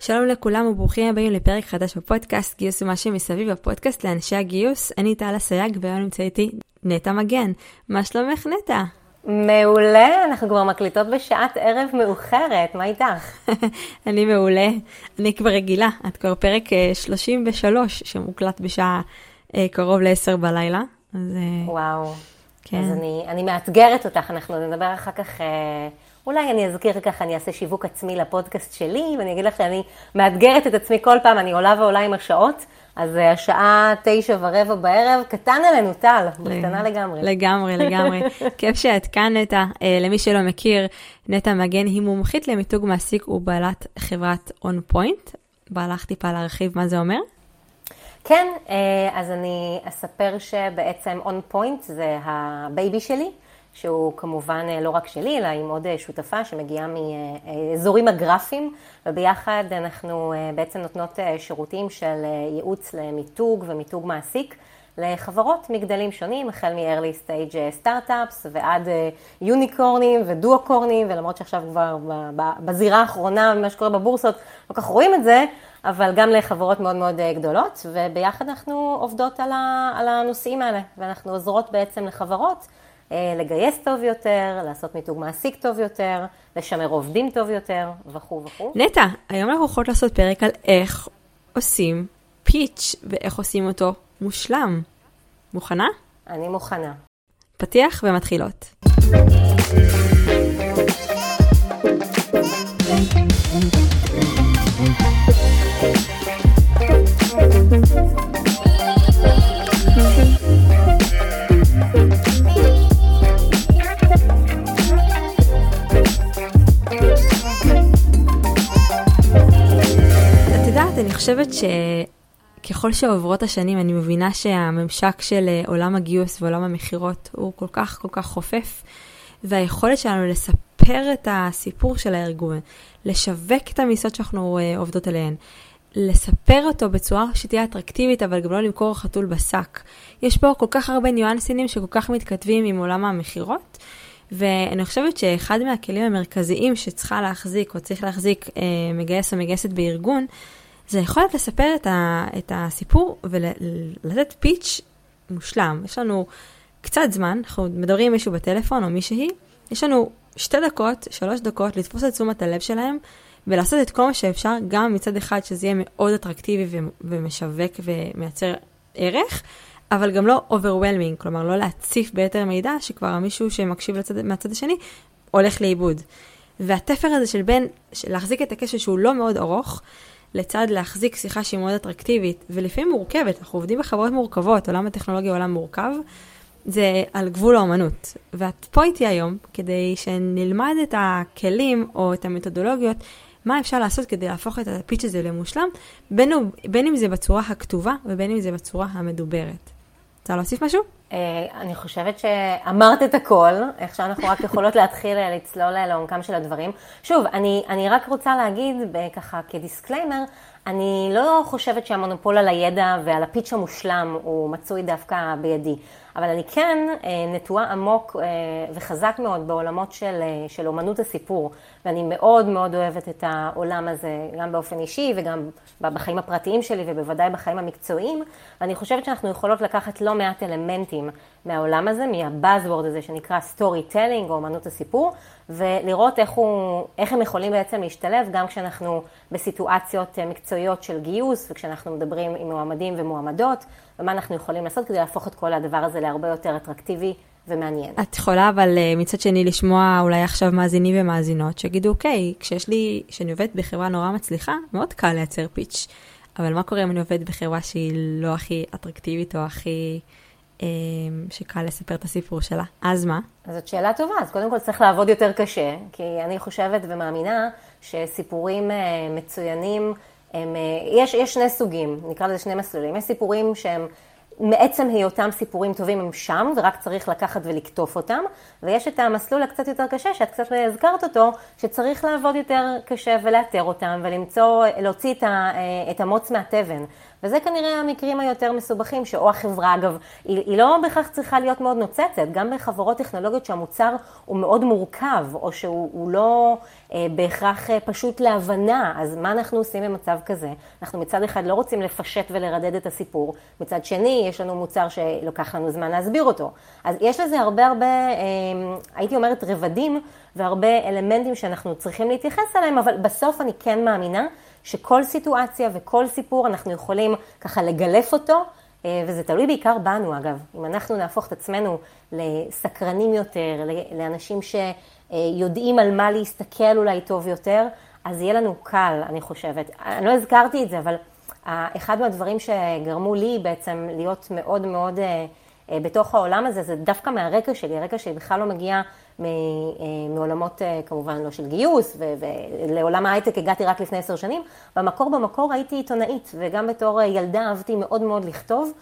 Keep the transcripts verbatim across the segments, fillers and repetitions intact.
שלום לכולם וברוכים הבאים לפרק חדש בפודקאסט גיוס ומה שמסביב, הפודקאסט לאנשי הגיוס. אני טל הסייג והיום נמצא איתי נטע מגן. מה שלומך נטע? מעולה, אנחנו כבר מקליטות בשעת ערב מאוחרת, מה איתך? אני מעולה, אני כבר רגילה, את כבר פרק שלושים ושלוש שמוקלט בשעה קרוב ל-עשר בלילה. אז, וואו, כן. אז אני, אני מאתגרת אותך, אנחנו נדבר אחר כך... אולי אני אזכיר ככה, אני אעשה שיווק עצמי לפודקאסט שלי, ואני אגיד לך שאני מאתגרת את עצמי כל פעם, אני עולה ועולה עם השעות, אז השעה תשע ורבע בערב, קטן עלינו, טל, בקטנה לגמרי. לגמרי, לגמרי. כיף שאת כאן, נטע. למי שלא מכיר, נטע מגן היא מומחית למיתוג מעסיק ובעלת חברת OnPoint. בא לך טיפה להרחיב מה זה אומר? כן, אז אני אספר שבעצם OnPoint זה הבייבי שלי, שהוא כמובן לא רק שלי, אלא עם עוד שותפה שמגיעה מאזורים הגרפיים, וביחד אנחנו בעצם נותנות שירותים של ייעוץ למיתוג ומיתוג מעסיק לחברות מגדלים שונים, החל מ-early stage startups ועד יוניקורנים ודואקורנים, ולמרות שעכשיו כבר בזירה האחרונה, במה שקורה בבורסות, לא כך רואים את זה, אבל גם לחברות מאוד מאוד גדולות, וביחד אנחנו עובדות על הנושאים האלה, ואנחנו עוזרות בעצם לחברות, לגייס טוב יותר, לעשות מיתוג מעסיק טוב יותר, לשמר עובדים טוב יותר, וכו' וכו'. נטע, היום אנחנו יכולות לעשות פרק על איך עושים פיץ' ואיך עושים אותו מושלם. מוכנה? אני מוכנה. פתיח ומתחילות. אני חושבת שככל שעוברות השנים, אני מבינה שהממשק של עולם הגיוס ועולם המחירות הוא כל כך כל כך חופף, והיכולת שלנו לספר את הסיפור של הארגון, לשווק את המיסות שאנחנו עובדות עליהן, לספר אותו בצורה שתהיה אטרקטיבית, אבל גם לא למכור חתול בשק. יש פה כל כך הרבה ניואנסינים שכל כך מתכתבים עם עולם המחירות, ואני חושבת שאחד מהכלים המרכזיים שצריכה להחזיק, או צריך להחזיק מגייס או מגייסת בארגון, זה יכולת לספר את, ה, את הסיפור ולתת פיץ' מושלם. יש לנו קצת זמן, אנחנו מדברים עם מישהו בטלפון או מישהי, יש לנו שתי דקות, שלוש דקות לתפוס את תשומת הלב שלהם, ולעשות את כל מה שאפשר, גם מצד אחד שזה יהיה מאוד אטרקטיבי ומשווק ומייצר ערך, אבל גם לא overwhelming, כלומר לא להציף ביתר מידע, שכבר המישהו שמקשיב לצד, מהצד השני הולך לאיבוד. והתפר הזה של בין, של להחזיק את הקשר שהוא לא מאוד ארוך, לצד להחזיק שיחה שהיא מאוד אטרקטיבית, ולפעמים מורכבת, אנחנו עובדים בחברות מורכבות, עולם הטכנולוגיה הוא עולם מורכב, זה על גבול האמנות. ואת פה איתי היום, כדי שנלמד את הכלים או את המתודולוגיות, מה אפשר לעשות כדי להפוך את הפיץ' הזה למושלם, בין, בין אם זה בצורה הכתובה, ובין אם זה בצורה המדוברת. רוצה להוסיף משהו? אני חושבת שאמרת את הכל, איך שאנחנו רק יכולות להתחיל לצלול לעומקם של הדברים. שוב, אני, אני רק רוצה להגיד ככה כדיסקליימר, אני לא חושבת שהמונופול על הידע ועל הפיץ' המושלם הוא מצוי דווקא בידי. אבל אני כן נטועה עמוק וחזק מאוד בעולמות של, של אומנות הסיפור. ואני מאוד מאוד אוהבת את העולם הזה, גם באופן אישי וגם בחיים הפרטיים שלי ובוודאי בחיים המקצועיים. ואני חושבת שאנחנו יכולות לקחת לא מעט אלמנטים מהעולם הזה, מהבאזוורד הזה שנקרא סטורי טלינג או אומנות הסיפור, ולראות איך, הוא, איך הם יכולים בעצם להשתלב גם כשאנחנו בסיטואציות מקצועיות של גיוס, וכשאנחנו מדברים עם מועמדים ומועמדות, ומה אנחנו יכולים לעשות כדי להפוך את כל הדבר הזה להרבה יותר אטרקטיבי ומעניין. את יכולה אבל מצד שני לשמוע אולי עכשיו מאזינים ומאזינות, שיגידו אוקיי, כשיש לי, שאני עובדת בחברה נורא מצליחה, מאוד קל לייצר פיץ', אבל מה קורה אם אני עובדת בחברה שהיא לא הכי אטרקטיבית או הכי... שקל לספר את הסיפור שלה. אז מה? אז זאת שאלה טובה. אז קודם כל צריך לעבוד יותר קשה, כי אני חושבת ומאמינה שסיפורים מצוינים, הם, יש, יש שני סוגים, נקרא לזה שני מסלולים. יש סיפורים שהם מעצם היותם סיפורים טובים הם שם, ורק צריך לקחת ולקטוף אותם, ויש את המסלול הקצת יותר קשה, שאת קצת הזכרת אותו, שצריך לעבוד יותר קשה ולאתר אותם, ולמצוא, להוציא את, ה, את המוץ מהטבן. וזה כנראה המקרים היותר מסובכים, שאו החברה, אגב, היא, היא לא בכך צריכה להיות מאוד נוצצת, גם בחברות טכנולוגיות שהמוצר הוא מאוד מורכב, או שהוא לא אה, בהכרח אה, פשוט להבנה, אז מה אנחנו עושים במצב כזה? אנחנו מצד אחד לא רוצים לפשט ולרדד את הסיפור, מצד שני יש לנו מוצר שלוקח לנו זמן להסביר אותו. אז יש לזה הרבה הרבה, אה, הייתי אומרת רבדים, והרבה אלמנטים שאנחנו צריכים להתייחס אליהם, אבל בסוף אני כן מאמינה, שכל סיטואציה וכל סיפור אנחנו יכולים ככה לגלף אותו, וזה תלוי בעיקר בנו אגב. אם אנחנו נהפוך את עצמנו לסקרנים יותר, לאנשים שיודעים על מה להסתכל אולי טוב יותר, אז יהיה לנו קל, אני חושבת. אני לא הזכרתי את זה, אבל אחד מהדברים שגרמו לי בעצם להיות מאוד מאוד בתוך העולם הזה, זה דווקא מהרקע שלי, הרקע שלי בכלל לא מגיע מעולמות כמובן לא של גיוס, ולעולם ההייטק הגעתי רק לפני עשר שנים. במקור במקור הייתי עיתונאית, וגם בתור ילדה אהבתי מאוד מאוד לכתוב,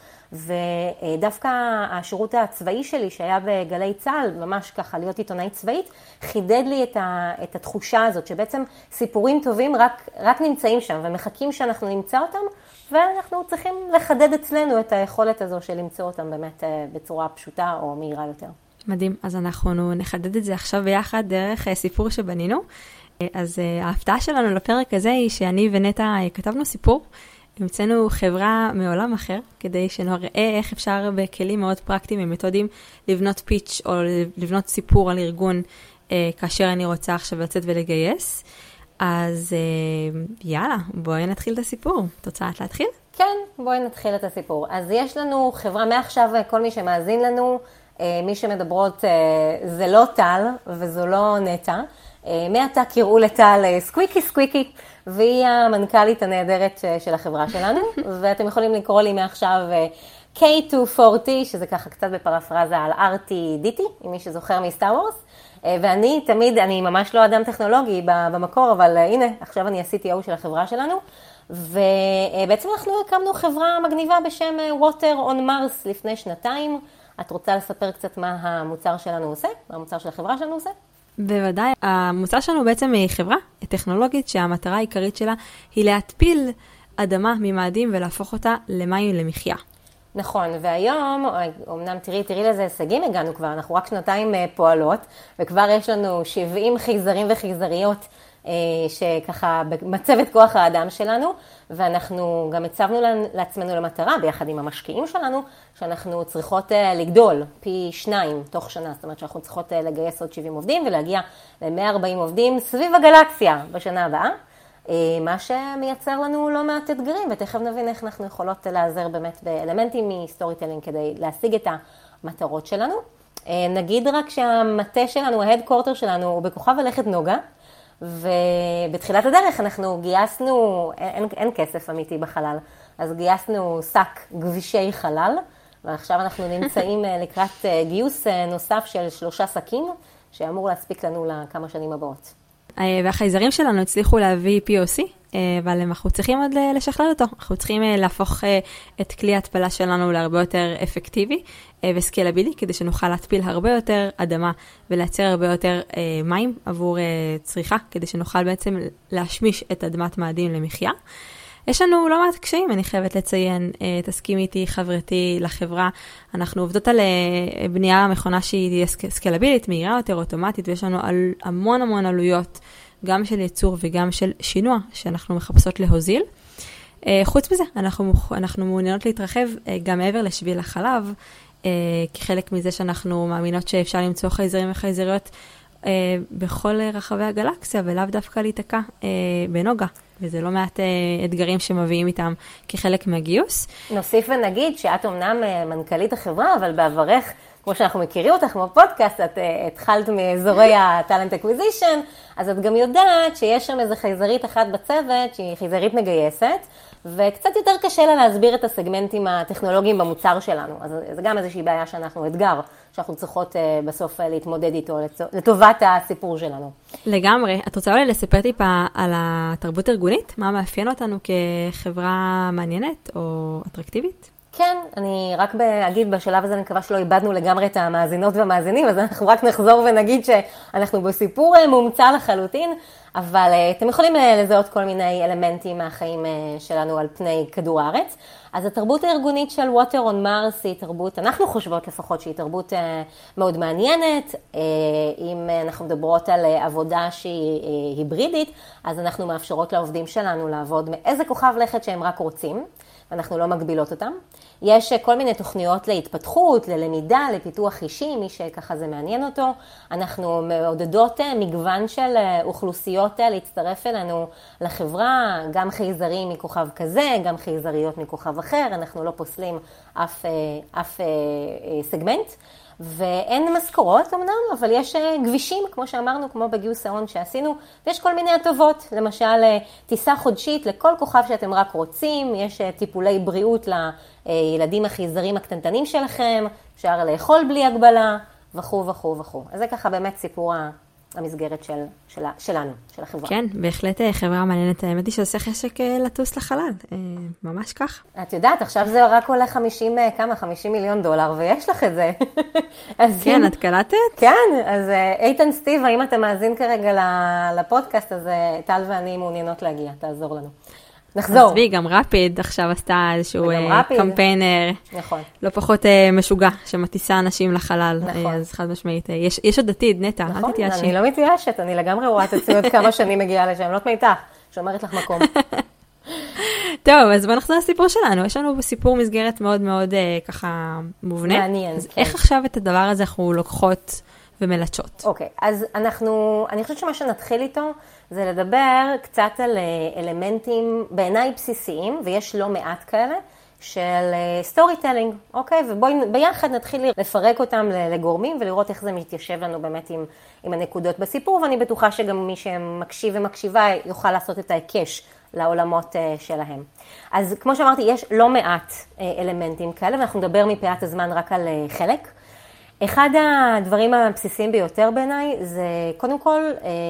ודווקא השירות הצבאי שלי שהיה בגלי צה"ל, ממש ככה להיות עיתונאית צבאית, חידד לי את, ה, את התחושה הזאת, שבעצם סיפורים טובים רק, רק נמצאים שם, ומחכים שאנחנו נמצא אותם, ואנחנו צריכים לחדד אצלנו את היכולת הזו של למצוא אותם באמת בצורה פשוטה או מהירה יותר. מדהים, אז אנחנו נחדד את זה עכשיו ביחד דרך סיפור שבנינו. אז ההפתעה שלנו לפרק הזה היא שאני ונטה כתבנו סיפור, המצאנו חברה מעולם אחר, כדי שנראה איך אפשר בכלים מאוד פרקטיים ומתודים לבנות פיץ' או לבנות סיפור על ארגון כאשר אני רוצה עכשיו לצאת ולגייס. אז יאללה, בואי נתחיל את הסיפור. תוצאת להתחיל? כן, בואי נתחיל את הסיפור. אז יש לנו חברה מעכשיו, כל מי שמאזין לנו, מי שמדברות זה לא טל וזו לא נטה. מעתה קראו לטל סקוויקי סקוויקי, והיא המנכ"לית הנהדרת של החברה שלנו, ואתם יכולים לקרוא לי מעכשיו קיי טו פורטי, שזה ככה קצת בפרפרזה על אר טי די טי, אם מי שזוכר מסטאר וורס. ואני תמיד, אני ממש לא אדם טכנולוגי במקור, אבל הנה, עכשיו אני ה-סי טי או של החברה שלנו, ובעצם אנחנו הקמנו חברה מגניבה בשם Water on Mars לפני שנתיים. את רוצה לספר קצת מה המוצר שלנו עושה? מה המוצר של החברה שלנו עושה? בוודאי. המוצר שלנו בעצם היא חברה טכנולוגית שהמטרה העיקרית שלה היא להתפיל אדמה ממאדים ולהפוך אותה למים למחיה. נכון, והיום, אמנם תראי, תראי לזה הישגים הגענו כבר, אנחנו רק שנתיים פועלות, וכבר יש לנו שבעים חייזרים וחייזריות שככה במצבת כוח האדם שלנו, ואנחנו גם הצבנו לעצמנו למטרה ביחד עם המשקיעים שלנו, שאנחנו צריכות לגדול פי שניים תוך שנה, זאת אומרת שאנחנו צריכות לגייס עוד שבעים עובדים ולהגיע ל-מאה וארבעים עובדים סביב הגלקסיה בשנה הבאה, מה שמייצר לנו לא מעט אתגרים, ותכף נבין איך אנחנו יכולות לעזר באמת באלמנטים מסטורי טלינג כדי להשיג את המטרות שלנו. נגיד רק שהמטה שלנו, ההדקורטר שלנו, הוא בכוכב הלכת נוגה, ובתחילת הדרך אנחנו גייסנו, אין, אין כסף אמיתי בחלל, אז גייסנו שק גבישי חלל, ועכשיו אנחנו נמצאים לקראת גיוס נוסף של שלושה שקים, שאמור להספיק לנו לכמה שנים הבאות. והחייזרים שלנו הצליחו להביא פי או סי, אבל אנחנו צריכים עוד לשכלל אותו. אנחנו צריכים להפוך את כלי ההתפלה שלנו להרבה יותר אפקטיבי וסקלבילי, כדי שנוכל להתפיל הרבה יותר אדמה ולייצר הרבה יותר מים עבור צריכה, כדי שנוכל בעצם להשמיש את אדמת מאדים למחיה. יש לנו לא מעט קשיים, אני חייבת לציין, תסכים איתי חברתי לחברה, אנחנו עובדות על בנייה מכונה שהיא סקלבילית, מהירה יותר, אוטומטית, ויש לנו המון המון עלויות, גם של ייצור וגם של שינוע, שאנחנו מחפשות להוזיל. חוץ מזה, אנחנו, אנחנו מעוניינות להתרחב גם מעבר לשביל החלב, כחלק מזה שאנחנו מאמינות שאפשר למצוא חייזרים וחייזריות בכל רחבי הגלקסיה, ולאו דווקא להיתקע בנוגה. וזה לא מעט אתגרים שמביאים איתם כחלק מהגיוס. נוסיף ונגיד שאת אמנם מנכ"לית החברה, אבל בעברך, כמו שאנחנו מכירים אותך בפודקאסט, את התחלת מאזורי הטלנט אקוויזישן, אז את גם יודעת שיש שם איזו חייזרית אחת בצוות, שהיא חייזרית מגייסת, וקצת יותר קשה לה להסביר את הסגמנטים הטכנולוגיים במוצר שלנו. אז זה גם איזושהי בעיה שאנחנו, אתגר, שאנחנו צריכות בסוף להתמודד איתו לטובת הסיפור שלנו. לגמרי. את רוצה אולי לספר טיפה על התרבות הארגונית? מה מאפיין אותנו כחברה מעניינת או אטרקטיבית? כן, אני רק אגיד בשלב הזה, אני מקווה שלא איבדנו לגמרי את המאזינות והמאזינים, אז אנחנו רק נחזור ונגיד שאנחנו בסיפור מומצא לחלוטין, אבל אתם יכולים לזהות כל מיני אלמנטים מהחיים שלנו על פני כדור הארץ. אז התרבות הארגונית של Water on Mars היא תרבות, אנחנו חושבות לפחות שהיא תרבות מאוד מעניינת. אם אנחנו מדברות על עבודה שהיא היברידית, אז אנחנו מאפשרות לעובדים שלנו לעבוד מאיזה כוכב לכת שהם רק רוצים. אנחנו לא מגבילות אותם. יש כל מיני תוכניות להתפתחות, ללמידה, לפיתוח אישי, מי שככה זה מעניין אותו. אנחנו מעודדות מגוון של אוכלוסיות להצטרף אלינו לחברה, גם חייזרים מכוכב כזה, גם חייזריות מכוכב אחר, אנחנו לא פוסלים אף, אף סגמנט. ואין משכורות אמנם, אבל יש גבישים, כמו שאמרנו, כמו בגיוס ההון שעשינו, ויש כל מיני הטבות, למשל טיסה חודשית לכל כוכב שאתם רק רוצים, יש טיפולי בריאות לילדים החייזרים הקטנטנים שלכם, אפשר לאכול בלי הגבלה, וכו' וכו' וכו'. אז זה ככה באמת סיפור המסגרת של, של, שלנו, של החברה. כן, בהחלט חברה מעניינת. האמת היא שעושה חשק לטוס לחלל, ממש כך. את יודעת, עכשיו זה רק עולה חמישים, כמה? חמישים מיליון דולר, ויש לך את זה. כן, את קלטת? כן, אז איתן סטיב, האם אתה מאזין כרגע לפודקאסט, אז טל ואני מעוניינות להגיע, תעזור לנו. נחזור. אז בי, גם רפיד עכשיו עשתה איזשהו קמפיינר, נכון. לא פחות משוגע, שמטיסה אנשים לחלל. נכון. אז חד משמעית, יש, יש עוד עתיד, נטע, נכון, אל תתייאשי. אני לא מתייאשת, אני לגמרי רואה את עצמי עוד כמה שנים מגיעה לשם, לא תמיתה, שאומרת לך מקום. טוב, אז בוא נחזור לסיפור שלנו. יש לנו סיפור מסגרת מאוד מאוד ככה מובנה. מעניין, אז כן. איך עכשיו את הדבר הזה אנחנו לוקחות ומלטשות? אוקיי, אז אנחנו, אני חושבת שמה שנתחיל איתו, זה לדבר קצת על אלמנטים בעיניי בסיסיים, ויש לא מעט כאלה, של סטורי טלינג, אוקיי? ובואי ביחד נתחיל לפרק אותם לגורמים, ולראות איך זה מתיישב לנו באמת עם, עם הנקודות בסיפור, ואני בטוחה שגם מי שמקשיב ומקשיבה יוכל לעשות את ההיקש לעולמות שלהם. אז כמו שאמרתי, יש לא מעט אלמנטים כאלה, ואנחנו נדבר מפאת הזמן רק על חלק. אחד הדברים הבסיסיים ביותר בעיניי זה קודם כל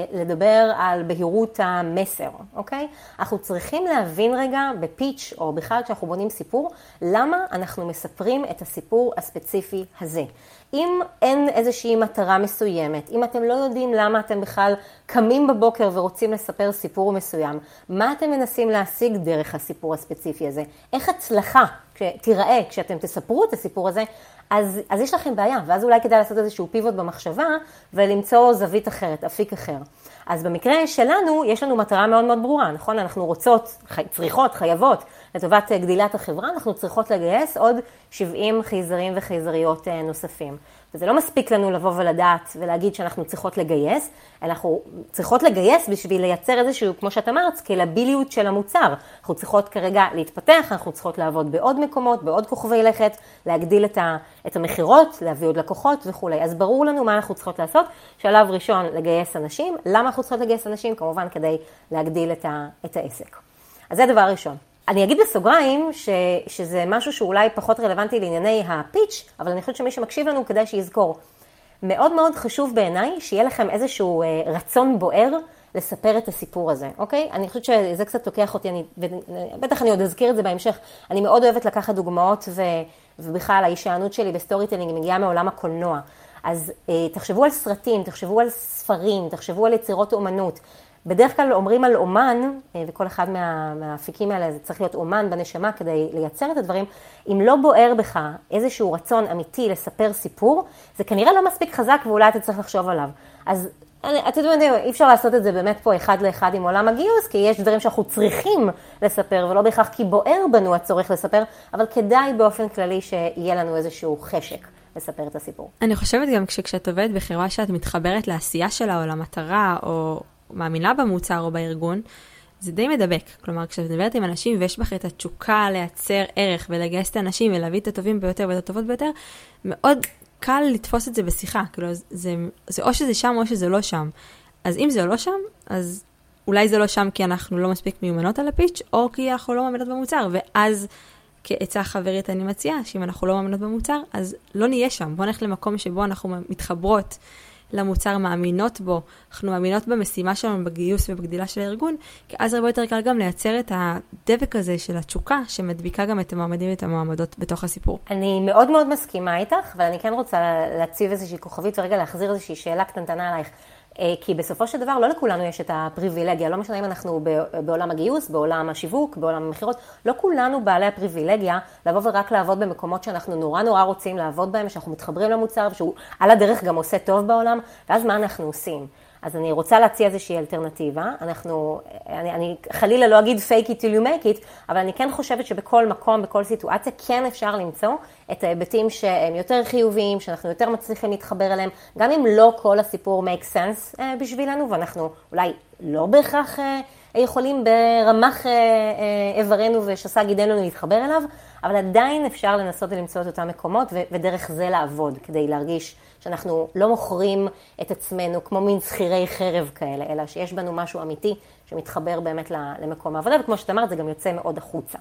לדבר על בהירות המסר, אוקיי? אנחנו צריכים להבין רגע בפיץ' או בכלל כשאנחנו בונים סיפור, למה אנחנו מספרים את הסיפור הספציפי הזה. אם אין איזושהי מטרה מסוימת, אם אתם לא יודעים למה אתם בכלל קמים בבוקר ורוצים לספר סיפור מסוים, מה אתם מנסים להשיג דרך הסיפור הספציפי הזה? איך הצלחה תיראה כשאתם תספרו את הסיפור הזה? אז, אז יש לכם בעיה, ואז אולי כדאי לעשות איזשהו פיבוט במחשבה, ולמצוא זווית אחרת, אפיק אחר. אז במקרה שלנו, יש לנו מטרה מאוד מאוד ברורה, נכון? אנחנו רוצות, צריכות, חייבות, לטובת גדילת החברה, אנחנו צריכות לגייס עוד שבעים חייזרים וחייזריות נוספים. וזה לא מספיק לנו לבוא ולדעת ולהגיד שאנחנו צריכות לגייס, אנחנו צריכות לגייס בשביל לייצר איזשהו, כמו שאת אמרת, סקלביליות של המוצר. אנחנו צריכות כרגע להתפתח, אנחנו צריכות לעבוד בעוד מקומות, בעוד כוכבי לכת, להגדיל את, ה, את המחירות, להביא עוד לקוחות וכו'. אז ברור לנו מה אנחנו צריכות לעשות. שלב ראשון, לגייס אנשים. למה אנחנו צריכות לגייס אנשים? כמובן כדי להגדיל את, ה, את העסק. אז זה דבר ראשון. אני אגיד בסוגריים ש, שזה משהו שאולי פחות רלוונטי לענייני הפיץ', אבל אני חושבת שמי שמקשיב לנו כדאי שיזכור. מאוד מאוד חשוב בעיניי שיהיה לכם איזשהו רצון בוער לספר את הסיפור הזה, אוקיי? אני חושבת שזה קצת לוקח אותי, אני, בטח אני עוד אזכיר את זה בהמשך, אני מאוד אוהבת לקחת דוגמאות ו, ובכלל ההישענות שלי בסטורי טלינג מגיעה מעולם הקולנוע. אז תחשבו על סרטים, תחשבו על ספרים, תחשבו על יצירות אומנות. בדרך כלל אומרים על אומן, וכל אחד מה, מהאפיקים האלה זה צריך להיות אומן בנשמה כדי לייצר את הדברים, אם לא בוער בך איזשהו רצון אמיתי לספר סיפור, זה כנראה לא מספיק חזק ואולי אתה צריך לחשוב עליו. אז אתם יודעים, אי אפשר לעשות את זה באמת פה אחד לאחד עם עולם הגיוס, כי יש דברים שאנחנו צריכים לספר, ולא בהכרח כי בוער בנו הצורך לספר, אבל כדאי באופן כללי שיהיה לנו איזשהו חשק לספר את הסיפור. אני חושבת גם כשאת עובדת בחברה שאת מתחברת לעשייה שלה או למטרה או מאמינה במוצר או בארגון, זה די מדבק. כלומר, כשאת מדברת עם אנשים ויש בך את התשוקה לייצר ערך ולגייס את האנשים ולהביא את הטובים ביותר ואת הטובות ביותר, מאוד קל לתפוס את זה בשיחה. כאילו, זה, זה או שזה שם או שזה לא שם. אז אם זה לא שם, אז אולי זה לא שם כי אנחנו לא מספיק מיומנות על הפיץ', או כי אנחנו לא מאמינות במוצר. ואז כעצה חברית אני מציעה, שאם אנחנו לא מאמינות במוצר, אז לא נהיה שם. בוא נלך למקום שבו אנחנו מתחברות למוצר, מאמינות בו, אנחנו מאמינות במשימה שלנו, בגיוס ובגדילה של הארגון, כי אז הרבה יותר קל גם לייצר את הדבק הזה של התשוקה, שמדביקה גם את המועמדים ואת המועמדות בתוך הסיפור. אני מאוד מאוד מסכימה איתך, אבל אני כן רוצה להציב איזושהי כוכבית ורגע להחזיר איזושהי שאלה קטנטנה עלייך. כי בסופו של דבר לא לכולנו יש את הפריבילגיה, לא משנה אם אנחנו בעולם הגיוס, בעולם השיווק, בעולם המחירות, לא כולנו בעלי הפריבילגיה לבוא ורק לעבוד במקומות שאנחנו נורא נורא רוצים לעבוד בהם, שאנחנו מתחברים למוצר, ושהוא על הדרך גם עושה טוב בעולם, ואז מה אנחנו עושים? אז אני רוצה להציע איזושהי אלטרנטיבה, אנחנו, אני, אני חלילה לא אגיד fake it till you make it, אבל אני כן חושבת שבכל מקום, בכל סיטואציה, כן אפשר למצוא את ההיבטים שהם יותר חיוביים, שאנחנו יותר מצליחים להתחבר אליהם, גם אם לא כל הסיפור make sense בשבילנו, ואנחנו אולי לא בהכרח יכולים ברמח איברנו ושסה גידנו להתחבר אליו, אבל עדיין אפשר לנסות ולמצוא את אותם מקומות, ודרך זה לעבוד, כדי להרגיש שאנחנו לא מוכרים את עצמנו כמו מין שכירי חרב כאלה, אלא שיש בנו משהו אמיתי שמתחבר באמת למקום העבודה, וכמו שאת אמרת, זה גם יוצא מאוד החוצה.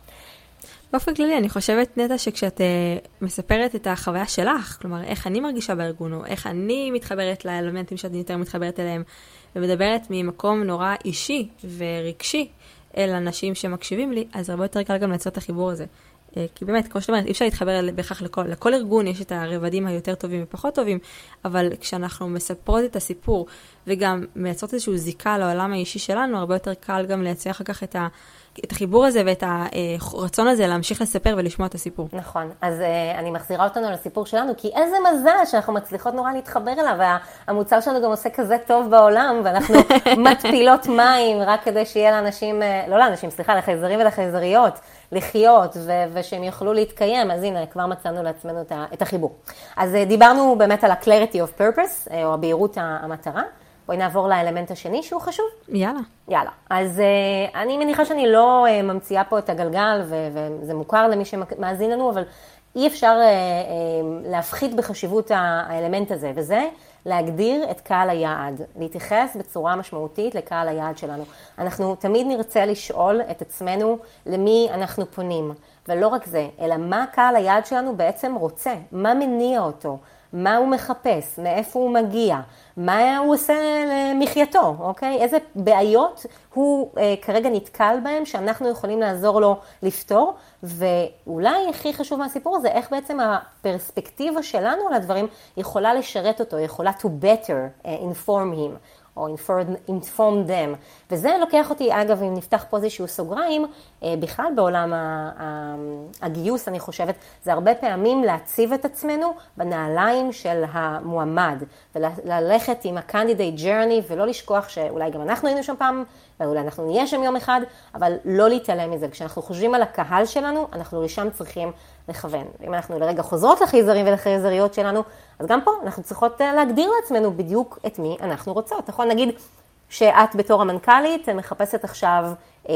באופן כללי, אני חושבת, נטע, שכשאת מספרת את החוויה שלך, כלומר, איך אני מרגישה בארגון, או איך אני מתחברת לאלמנטים שאת יותר מתחברת אליהם, ומדברת ממקום נורא אישי ורגשי אל אנשים שמקשיבים לי, אז הרבה יותר קל גם לייצר את החיבור הזה. כי באמת, כמו שאת אומרת, אי אפשר להתחבר בכך לכל, לכל ארגון, יש את הרבדים היותר טובים ופחות טובים, אבל כשאנחנו מספרות את הסיפור, וגם מייצרות איזשהו זיקה לעולם האישי שלנו, הרבה יותר קל גם לייצר אחר כך את, ה, את החיבור הזה, ואת הרצון הזה להמשיך לספר ולשמוע את הסיפור. נכון, אז אני מחזירה אותנו לסיפור שלנו, כי איזה מזל שאנחנו מצליחות נורא להתחבר אליו, והמוצר שלנו גם עושה כזה טוב בעולם, ואנחנו מטפילות מים, רק כדי שיהיה לאנשים, לא לאנשים, סליחה, לחייזרים ולחייזריות, לחיות ו- ושהם יוכלו להתקיים, אז הנה, כבר מצאנו לעצמנו את, ה- את החיבור. אז דיברנו באמת על ה-clarity of purpose, או הבהירות המטרה. בואי נעבור לאלמנט השני שהוא חשוב. יאללה. יאללה. אז uh, אני מניחה שאני לא uh, ממציאה פה את הגלגל, ו- וזה מוכר למי שמאזין לנו, אבל אי אפשר uh, uh, להפחית בחשיבות האלמנט הזה, וזה להגדיר את קהל היעד, להתייחס בצורה משמעותית לקהל היעד שלנו. אנחנו תמיד נרצה לשאול את עצמנו למי אנחנו פונים, ולא רק זה, אלא מה קהל היעד שלנו בעצם רוצה, מה מניע אותו, מה הוא מחפש, מאיפה הוא מגיע, מה הוא עושה למחייתו, אוקיי? איזה בעיות הוא אה, כרגע נתקל בהם שאנחנו יכולים לעזור לו לפתור, ואולי הכי חשוב מהסיפור הזה, איך בעצם הפרספקטיבה שלנו על הדברים יכולה לשרת אותו, יכולה to better uh, inform him. או inform them. וזה לוקח אותי, אגב, אם נפתח פה איזשהו סוגריים, בכלל בעולם הגיוס, אני חושבת, זה הרבה פעמים להציב את עצמנו בנעליים של המועמד, וללכת עם ה-candidate journey, ולא לשכוח שאולי גם אנחנו היינו שם פעם, ואולי אנחנו נהיה שם יום אחד, אבל לא להתעלם מזה. כשאנחנו חושבים על הקהל שלנו, אנחנו לשם צריכים לכוון. אם אנחנו לרגע חוזרות לחייזרים ולחייזריות שלנו, אז גם פה אנחנו צריכות להגדיר לעצמנו בדיוק את מי אנחנו רוצות. נכון, נגיד שאת בתור המנכ"לית מחפשת עכשיו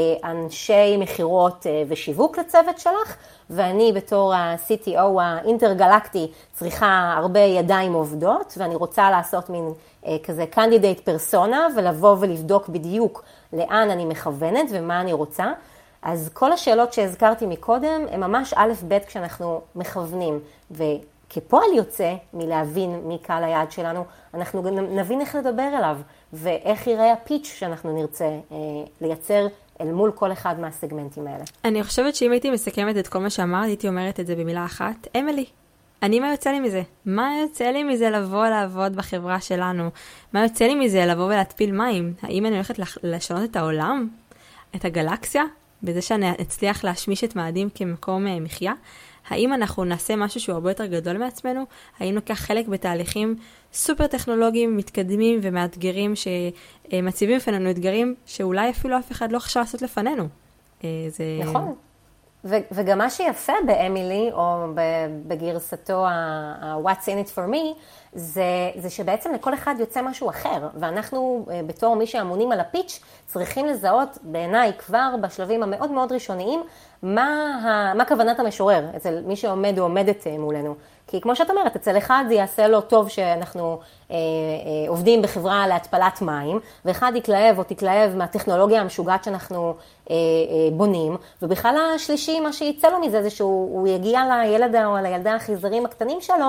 אנשי מחירות ושיווק לצוות שלך, ואני בתור ה-סי טי או האינטרגלקטי צריכה הרבה ידיים עובדות, ואני רוצה לעשות מין כזה candidate persona, ולבוא ולבדוק בדיוק לאן אני מכוונת ומה אני רוצה. אז כל השאלות שהזכרתי מקודם, הם ממש א' ב' כשאנחנו מכוונים, וכפועל יוצא מלהבין מי קהל היעד שלנו, אנחנו נבין איך לדבר אליו, ואיך יראה הפיץ' שאנחנו נרצה אה, לייצר אל מול כל אחד מהסגמנטים האלה. אני חושבת שאם הייתי מסכמת את כל מה שאמרת, הייתי אומרת את זה במילה אחת, אמילי. אני, מה יוצא לי מזה? מה יוצא לי מזה לבוא לעבוד בחברה שלנו? מה יוצא לי מזה לבוא ולהטפיל מים? האם אני הולכת לשנות את העולם? את הגלקסיה? בזה שאני אצליח להשמיש את מאדים כמקום מחיה? האם אנחנו נעשה משהו שהוא הרבה יותר גדול מעצמנו? האם נוקח חלק בתהליכים סופר טכנולוגיים, מתקדמים ומאתגרים, שמציבים לפנינו אתגרים שאולי אפילו אף אחד לא חשב לעשות לפנינו? זה... נכון. ו- וגם מה שיפה באמילי, או בגרסתו ה-What's in it for me, זה, זה שבעצם לכל אחד יוצא משהו אחר, ואנחנו בתור מי שאמונים על הפיץ' צריכים לזהות בעיניי כבר בשלבים המאוד מאוד ראשוניים, מה, ה, מה כוונת המשורר אצל מי שעומד או עומדת מולנו. כי כמו שאת אומרת, אצל אחד זה יעשה לו טוב שאנחנו אה, אה, עובדים בחברה להתפלת מים, ואחד יקלהב או תקלהב מהטכנולוגיה המשוגעת שאנחנו אה, אה, בונים, ובכלל השלישי, מה שיצא לו מזה זה שהוא יגיע לילד או לילדה החייזרים הקטנים שלו,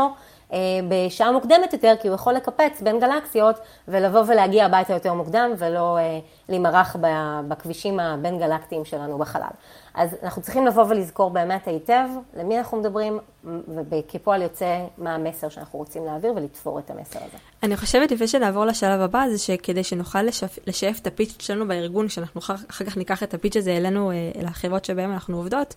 בשעה מוקדמת יותר, כי הוא יכול לקפץ בין גלקסיות ולבוא ולהגיע הביתה יותר מוקדם ולא להימרח בכבישים הבין גלקטיים שלנו בחלל. אז אנחנו צריכים לבוא ולזכור באמת היטב למי אנחנו מדברים, וכפועל יוצא מה המסר שאנחנו רוצים להעביר ולתפור את המסר הזה. אני חושבת לפני שנעבור לשלב הבא, זה שכדי שנוכל לשף, לשאף את הפיץ' שלנו בארגון, שאנחנו אחר כך ניקח את הפיץ' הזה אלינו, אל החברות שבהם אנחנו עובדות,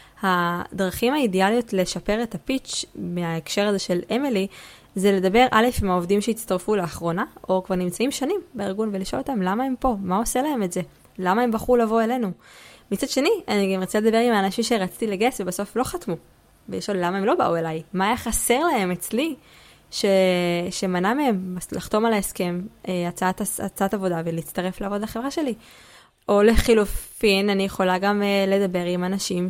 הדרכים האידיאליות לשפר את הפיץ' מההקשר הזה של אמילי, זה לדבר א' עם העובדים שהצטרפו לאחרונה, או כבר נמצאים שנים בארגון, ולשאול אותם למה הם פה, מה עושה להם את זה, למה הם בחרו לבוא אלינו. מצד שני, אני גם רוצה לדבר עם האנשים שרציתי לגייס ובסוף לא חתמו, ולשאול למה הם לא באו אליי, מה היה חסר להם אצלי, ש... שמנע מהם לחתום על ההסכם, הצעת, הצעת עבודה ולהצטרף לעבוד לחברה שלי. או לחילופין, אני יכולה גם לדבר עם אנשים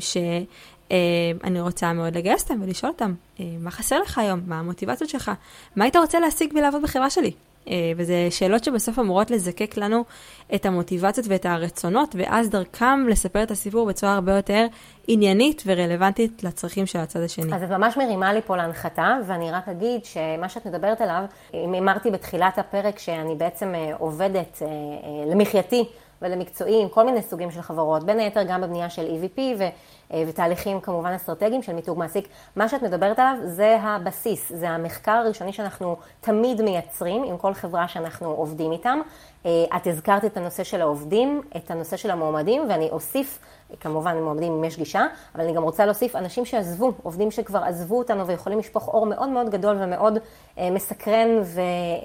שאני רוצה מאוד לגייס אותם ולשאול אותם, מה חסר לך היום? מה המוטיבציות שלך? מה היית רוצה להשיג בלעבוד בחברה שלי? וזה שאלות שבסוף אמורות לזקק לנו את המוטיבציות ואת הרצונות, ואז דרכם לספר את הסיפור בצורה הרבה יותר עניינית ורלוונטית לצרכים של הצד השני. אז את ממש מרימה לי פה להנחתה, ואני רק אגיד שמה שאת מדברת עליו, אם אמרתי בתחילת הפרק שאני בעצם עובדת למחייתי, ולמקצועי עם כל מיני סוגים של חברות, בין היתר גם בבנייה של E V P ו, ותהליכים כמובן אסטרטגיים של מיתוג מעסיק. מה שאת מדברת עליו זה הבסיס, זה המחקר הראשוני שאנחנו תמיד מייצרים עם כל חברה שאנחנו עובדים איתם. את הזכרת את הנושא של העובדים, את הנושא של המועמדים, ואני אוסיף, כמובן מועמדים אם יש גישה, אבל אני גם רוצה להוסיף אנשים שעזבו, עובדים שכבר עזבו אותנו ויכולים לשפוך אור מאוד מאוד גדול ומאוד מסקרן ו...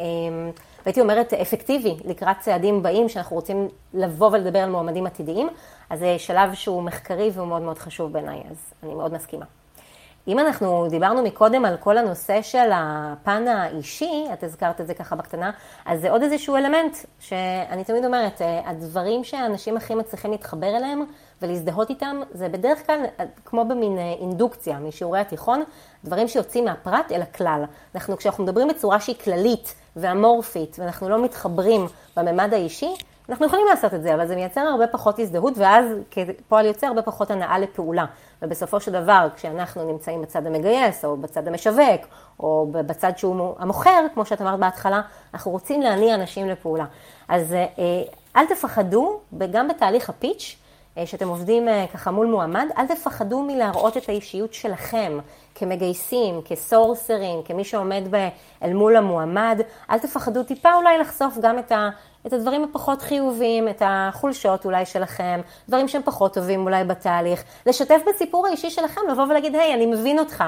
והייתי אומרת אפקטיבי לקראת צעדים באים שאנחנו רוצים לבוא ולדבר על מועמדים עתידיים, אז זה שלב שהוא מחקרי והוא מאוד מאוד חשוב בעיניי, אז אני מאוד מסכימה. אם אנחנו דיברנו מקודם על כל הנושא של הפן האישי, את הזכרת את זה ככה בקטנה, אז זה עוד איזשהו אלמנט שאני תמיד אומרת, הדברים שהאנשים הכי מצליחים להתחבר אליהם ולהזדהות איתם, זה בדרך כלל כמו במין אינדוקציה משיעורי התיכון, דברים שיוצאים מהפרט אל הכלל. אנחנו, כשאנחנו מדברים בצורה שהיא כללית ואמורפית, ואנחנו לא מתחברים בממד האישי, אנחנו יכולים לעשות את זה, אבל זה מייצר הרבה פחות הזדהות, ואז כפועל יוצא הרבה פחות הנאה לפעולה. ובסופו של דבר, כשאנחנו נמצאים בצד המגייס, או בצד המשווק, או בצד שהוא המוכר, כמו שאת אמרת בהתחלה, אנחנו רוצים להניע אנשים לפעולה. אז אל תפחדו, גם בתהליך הפיץ', שאתם עובדים ככה מול מועמד, אל תפחדו מלהראות את האישיות שלכם, כמגייסים, כסורסרים, כמי שעומד אל מול המועמד. אל תפחדו טיפה אולי לחשוף גם את, ה, את הדברים הפחות חיוביים, את החולשות אולי שלכם, דברים שהם פחות טובים אולי בתהליך. לשתף בסיפור האישי שלכם, לבוא ולהגיד, היי, אני מבין אותך,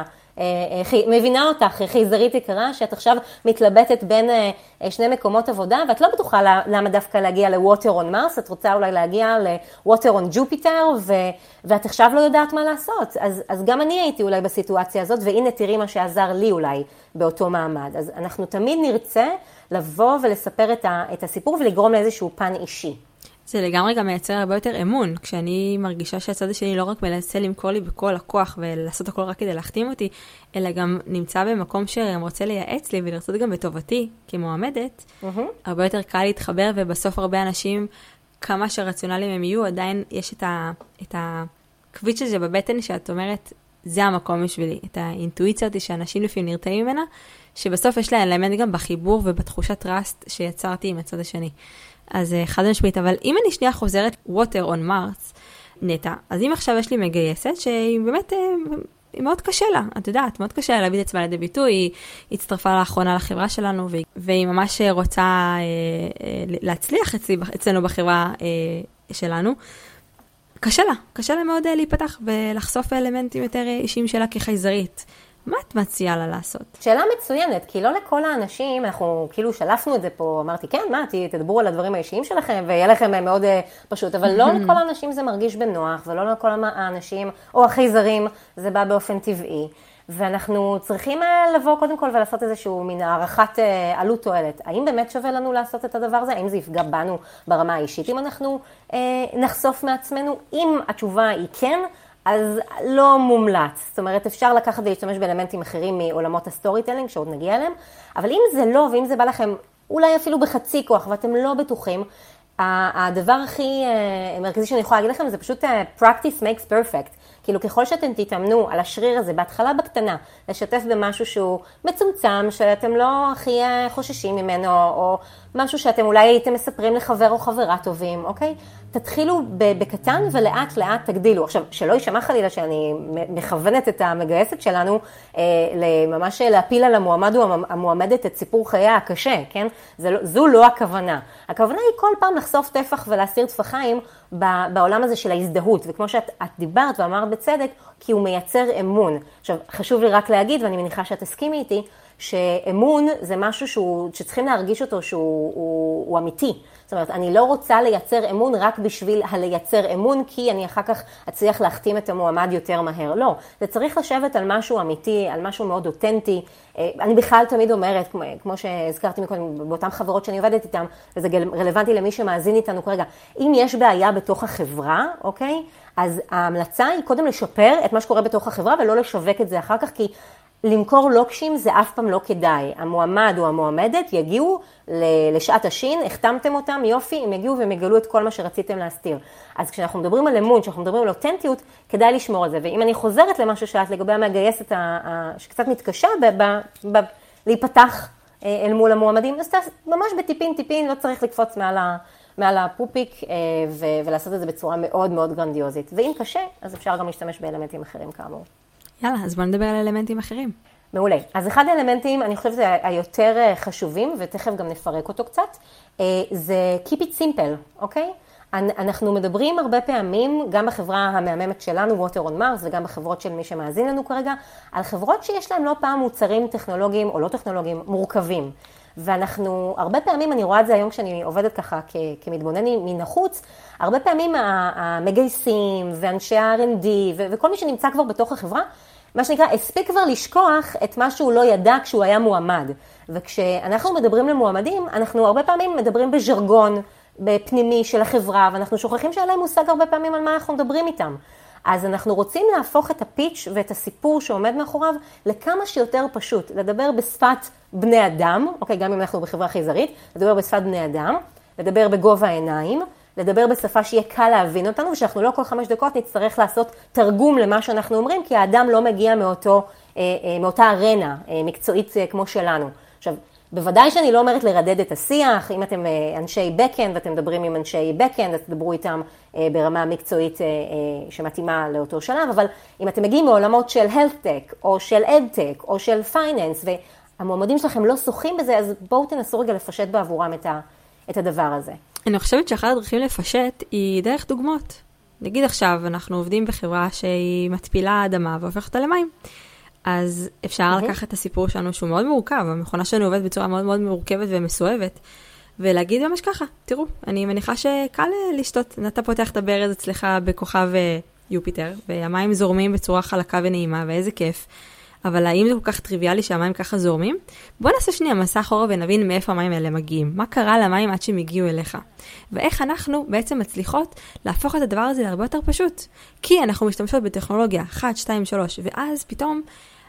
מבינה אותך, חייזרית יקרה, שאת עכשיו מתלבטת בין שני מקומות עבודה, ואת לא בטוחה למה דווקא להגיע לווטר און מרס, את רוצה אולי להגיע לווטר און ג'ופיטר, ואת עכשיו לא יודעת מה לעשות. אז, אז גם אני הייתי אולי בסיטואציה הזאת, והנה תראי מה שעזר לי אולי באותו מעמד. אז אנחנו תמיד נרצה לבוא ולספר את, ה, את הסיפור ולגרום לאיזשהו פן אישי. זה לגמרי גם מייצר הרבה יותר אמון, כשאני מרגישה שהצד שלי לא רק מנסה למכור לי בכל הכוח ולעשות הכל רק כדי להחתים אותי, אלא גם נמצא במקום שהם רוצה לייעץ לי ולרצות גם בטובתי כמועמדת, mm-hmm. הרבה יותר קל להתחבר, ובסוף הרבה אנשים, כמה שרציונליים הם יהיו, עדיין יש את, ה, את הקוויץ' הזה בבטן שאת אומרת, זה המקום בשבילי, את האינטואיציה אותי שאנשים לפעמים נרתעים ממנה, שבסוף יש לה אלמנט גם בחיבור ובתחושת טראסט שיצרתי עם הצד השני. אז חד משמעית, אבל אם אני שנייה חוזרת water on Mars, נטע, אז אם עכשיו יש לי מגייסת שהיא באמת, היא מאוד קשה לה, את יודעת, מאוד קשה לה להביא את עצמה לידי ביטוי, היא הצטרפה לאחרונה לחברה שלנו, והיא ממש רוצה להצליח אצלנו בחברה שלנו. קשה לה, קשה לה מאוד להיפתח ולחשוף אלמנטים יותר אישיים שלה כחייזרית. מה את מציעה לה לעשות? שאלה מצוינת, כי לא לכל האנשים, אנחנו כאילו שלפנו את זה פה, אמרתי, כן, מה, תדברו על הדברים האישיים שלכם, ויהיה לכם מאוד פשוט, אבל לא לכל האנשים זה מרגיש בנוח, ולא לכל האנשים, או החייזרים, זה בא באופן טבעי. ואנחנו צריכים לבוא קודם כל ולעשות איזשהו מין הערכת עלות תועלת. האם באמת שווה לנו לעשות את הדבר הזה? האם זה יפגע בנו ברמה האישית? אם אנחנו אה, נחשוף מעצמנו, אם התשובה היא כן, אז לא מומלץ. זאת אומרת, אפשר לקחת ולהשתמש באלמנטים אחרים מעולמות הסטורי טלינג, שעוד נגיע אליהם, אבל אם זה לא, ואם זה בא לכם אולי אפילו בחצי כוח, ואתם לא בטוחים, הדבר הכי מרכזי שאני יכולה להגיד לכם זה פשוט practice makes perfect. כאילו ככל שאתם תתאמנו על השריר הזה, בהתחלה בקטנה, לשתף במשהו שהוא מצומצם, שאתם לא הכי חוששים ממנו, או משהו שאתם אולי הייתם מספרים לחבר או חברה טובים, אוקיי? תתחילו בקטן ולאט לאט תגדילו. עכשיו, שלא יישמע חלילה שאני מכוונת את המגייסת שלנו, ממש להפיל על המועמד או המועמדת את סיפור חייה הקשה, כן? זו לא הכוונה. הכוונה היא כל פעם לחשוף טפח ולהסיר טפחיים בעולם הזה של ההזדהות. וכמו שאת דיברת ואמרת בצדק, כי הוא מייצר אמון. עכשיו, חשוב לי רק להגיד, ואני מניחה שאת תסכימי איתי, שאמון זה משהו שהוא, שצריכים להרגיש אותו שהוא הוא, הוא אמיתי. זאת אומרת, אני לא רוצה לייצר אמון רק בשביל הלייצר אמון, כי אני אחר כך אצליח להחתים את המועמד יותר מהר. לא, זה צריך לשבת על משהו אמיתי, על משהו מאוד אותנטי. אני בכלל תמיד אומרת, כמו, כמו שהזכרתי מקודם, באותן חברות שאני עובדת איתן, וזה רלוונטי למי שמאזין איתנו כרגע, אם יש בעיה בתוך החברה, אוקיי? אז ההמלצה היא קודם לשפר את מה שקורה בתוך החברה, ולא לשווק את זה אחר כך, כי למכור לוקשים זה אף פעם לא כדאי. המועמד או המועמדת יגיעו לשעת השין, החתמתם אותם, יופי, הם יגיעו והם יגלו את כל מה שרציתם להסתיר. אז כשאנחנו מדברים על אמון, כשאנחנו מדברים על אותנטיות, כדאי לשמור על זה. ואם אני חוזרת למשהו שאת לגבי המגייסת שקצת מתקשה ב- ב- ב- להיפתח אל מול המועמדים, אז ממש בטיפין טיפין, לא צריך לקפוץ מעל ה... מעל הפופיק ו- ולעשות את זה בצורה מאוד מאוד גרנדיוזית. ואם קשה, אז אפשר גם להשתמש באלמנטים אחרים כאמור. יאללה, אז בוא נדבר על אלמנטים אחרים. מעולה. אז אחד האלמנטים, אני חושבת, זה היותר חשובים, ותכף גם נפרק אותו קצת, זה keep it simple, אוקיי? אנחנו מדברים הרבה פעמים, גם בחברה המהממת שלנו, Water on Mars, וגם בחברות של מי שמאזין לנו כרגע, על חברות שיש להם לא פעם מוצרים טכנולוגיים או לא טכנולוגיים מורכבים. ואנחנו, הרבה פעמים, אני רואה את זה היום כשאני עובדת ככה כמתבונן מן החוץ, הרבה פעמים המגייסים ואנשי ה-אר אנד די וכל מי שנמצא כבר בתוך החברה, מה שנקרא, הספיק כבר לשכוח את מה שהוא לא ידע כשהוא היה מועמד. וכשאנחנו מדברים למועמדים, אנחנו הרבה פעמים מדברים בז'רגון, בפנימי של החברה, ואנחנו שוכחים שאין להם מושג הרבה פעמים על מה אנחנו מדברים איתם. אז אנחנו רוצים להפוך את הפיץ' ואת הסיפור שעומד מאחוריו לכמה שיותר פשוט, לדבר בשפת בני אדם, אוקיי, גם אם אנחנו בחברה חייזרית, לדבר בשפת בני אדם, לדבר בגובה העיניים, לדבר בשפה שיהיה קל להבין אותנו, ושאנחנו לא כל חמש דקות נצטרך לעשות תרגום למה שאנחנו אומרים, כי האדם לא מגיע מאותו, מאותה ארנה מקצועית כמו שלנו. עכשיו, בוודאי שאני לא אומרת לרדד את השיח, אם אתם אנשי בקאנד ואתם מדברים עם אנשי בקאנד, אז תדברו איתם ברמה מקצועית שמתאימה לאותו שלב, אבל אם אתם מגיעים מעולמות של health tech או של ed tech או של finance, והמועמדים שלכם לא שוחים בזה, אז בואו תנסו רגע לפשט בעבורם את, ה, את הדבר הזה. אני חושבת שאחת הדרכים לפשט היא דרך דוגמאות. נגיד עכשיו, אנחנו עובדים בחברה שהיא מטפילה אדמה והופכת אותה למים. אז אפשר mm-hmm. לקחת את הסיפור שלנו שהוא מאוד מורכב, המכונה שלנו עובדת בצורה מאוד מאוד מורכבת ומסואבת, ולהגיד ממש ככה, תראו, אני מניחה שקל לשתות, אתה פותח את הברז אצלך בכוכב יופיטר, והמים זורמים בצורה חלקה ונעימה, ואיזה כיף. אבל האם זה כל כך טריוויאלי שהמים ככה זורמים? בוא נעשה שנייה מסע אחורה ונבין מאיפה המים האלה מגיעים. מה קרה למים עד שהם הגיעו אליך? ואיך אנחנו בעצם מצליחות להפוך את הדבר הזה להרבה יותר פשוט? כי אנחנו משתמשות בטכנולוגיה אחת, שתיים, שלוש, ואז פתאום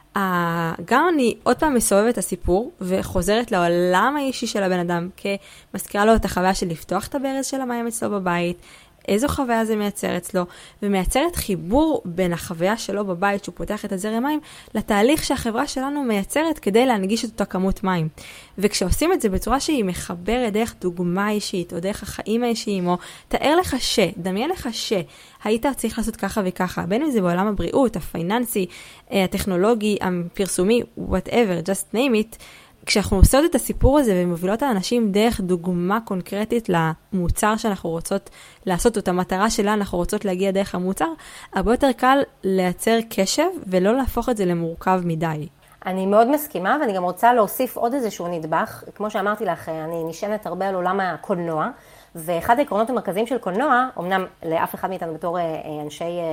גם אני עוד פעם מסובבת את הסיפור וחוזרת לעולם האישי של הבן אדם, כמזכירה לו את החוויה של לפתוח את הברז של המים אצלו בבית, איזו חוויה זה מייצר אצלו, ומייצרת חיבור בין החוויה שלו בבית, שהוא פותח את הזרם מים, לתהליך שהחברה שלנו מייצרת כדי להנגיש את אותה כמות מים. וכשעושים את זה בצורה שהיא מחברת דרך דוגמה אישית, או דרך החיים האישיים, או תאר לך ש, דמיין לך ש, היית צריך לעשות ככה וככה, בין אם זה בעולם הבריאות, הפייננסי, הטכנולוגי, הפרסומי, whatever, just name it, כשאנחנו עושות את הסיפור הזה ומובילות האנשים דרך דוגמה קונקרטית למוצר שאנחנו רוצות לעשות, את המטרה שלה אנחנו רוצות להגיע דרך המוצר, הרבה יותר קל לייצר קשב ולא להפוך את זה למורכב מדי. אני מאוד מסכימה, ואני גם רוצה להוסיף עוד איזשהו נדבך. כמו שאמרתי לך, אני נשענת הרבה על עולם הקולנוע, ואחד העקרונות המרכזיים של קולנוע, אמנם לאף אחד מאיתנו בתור אנשי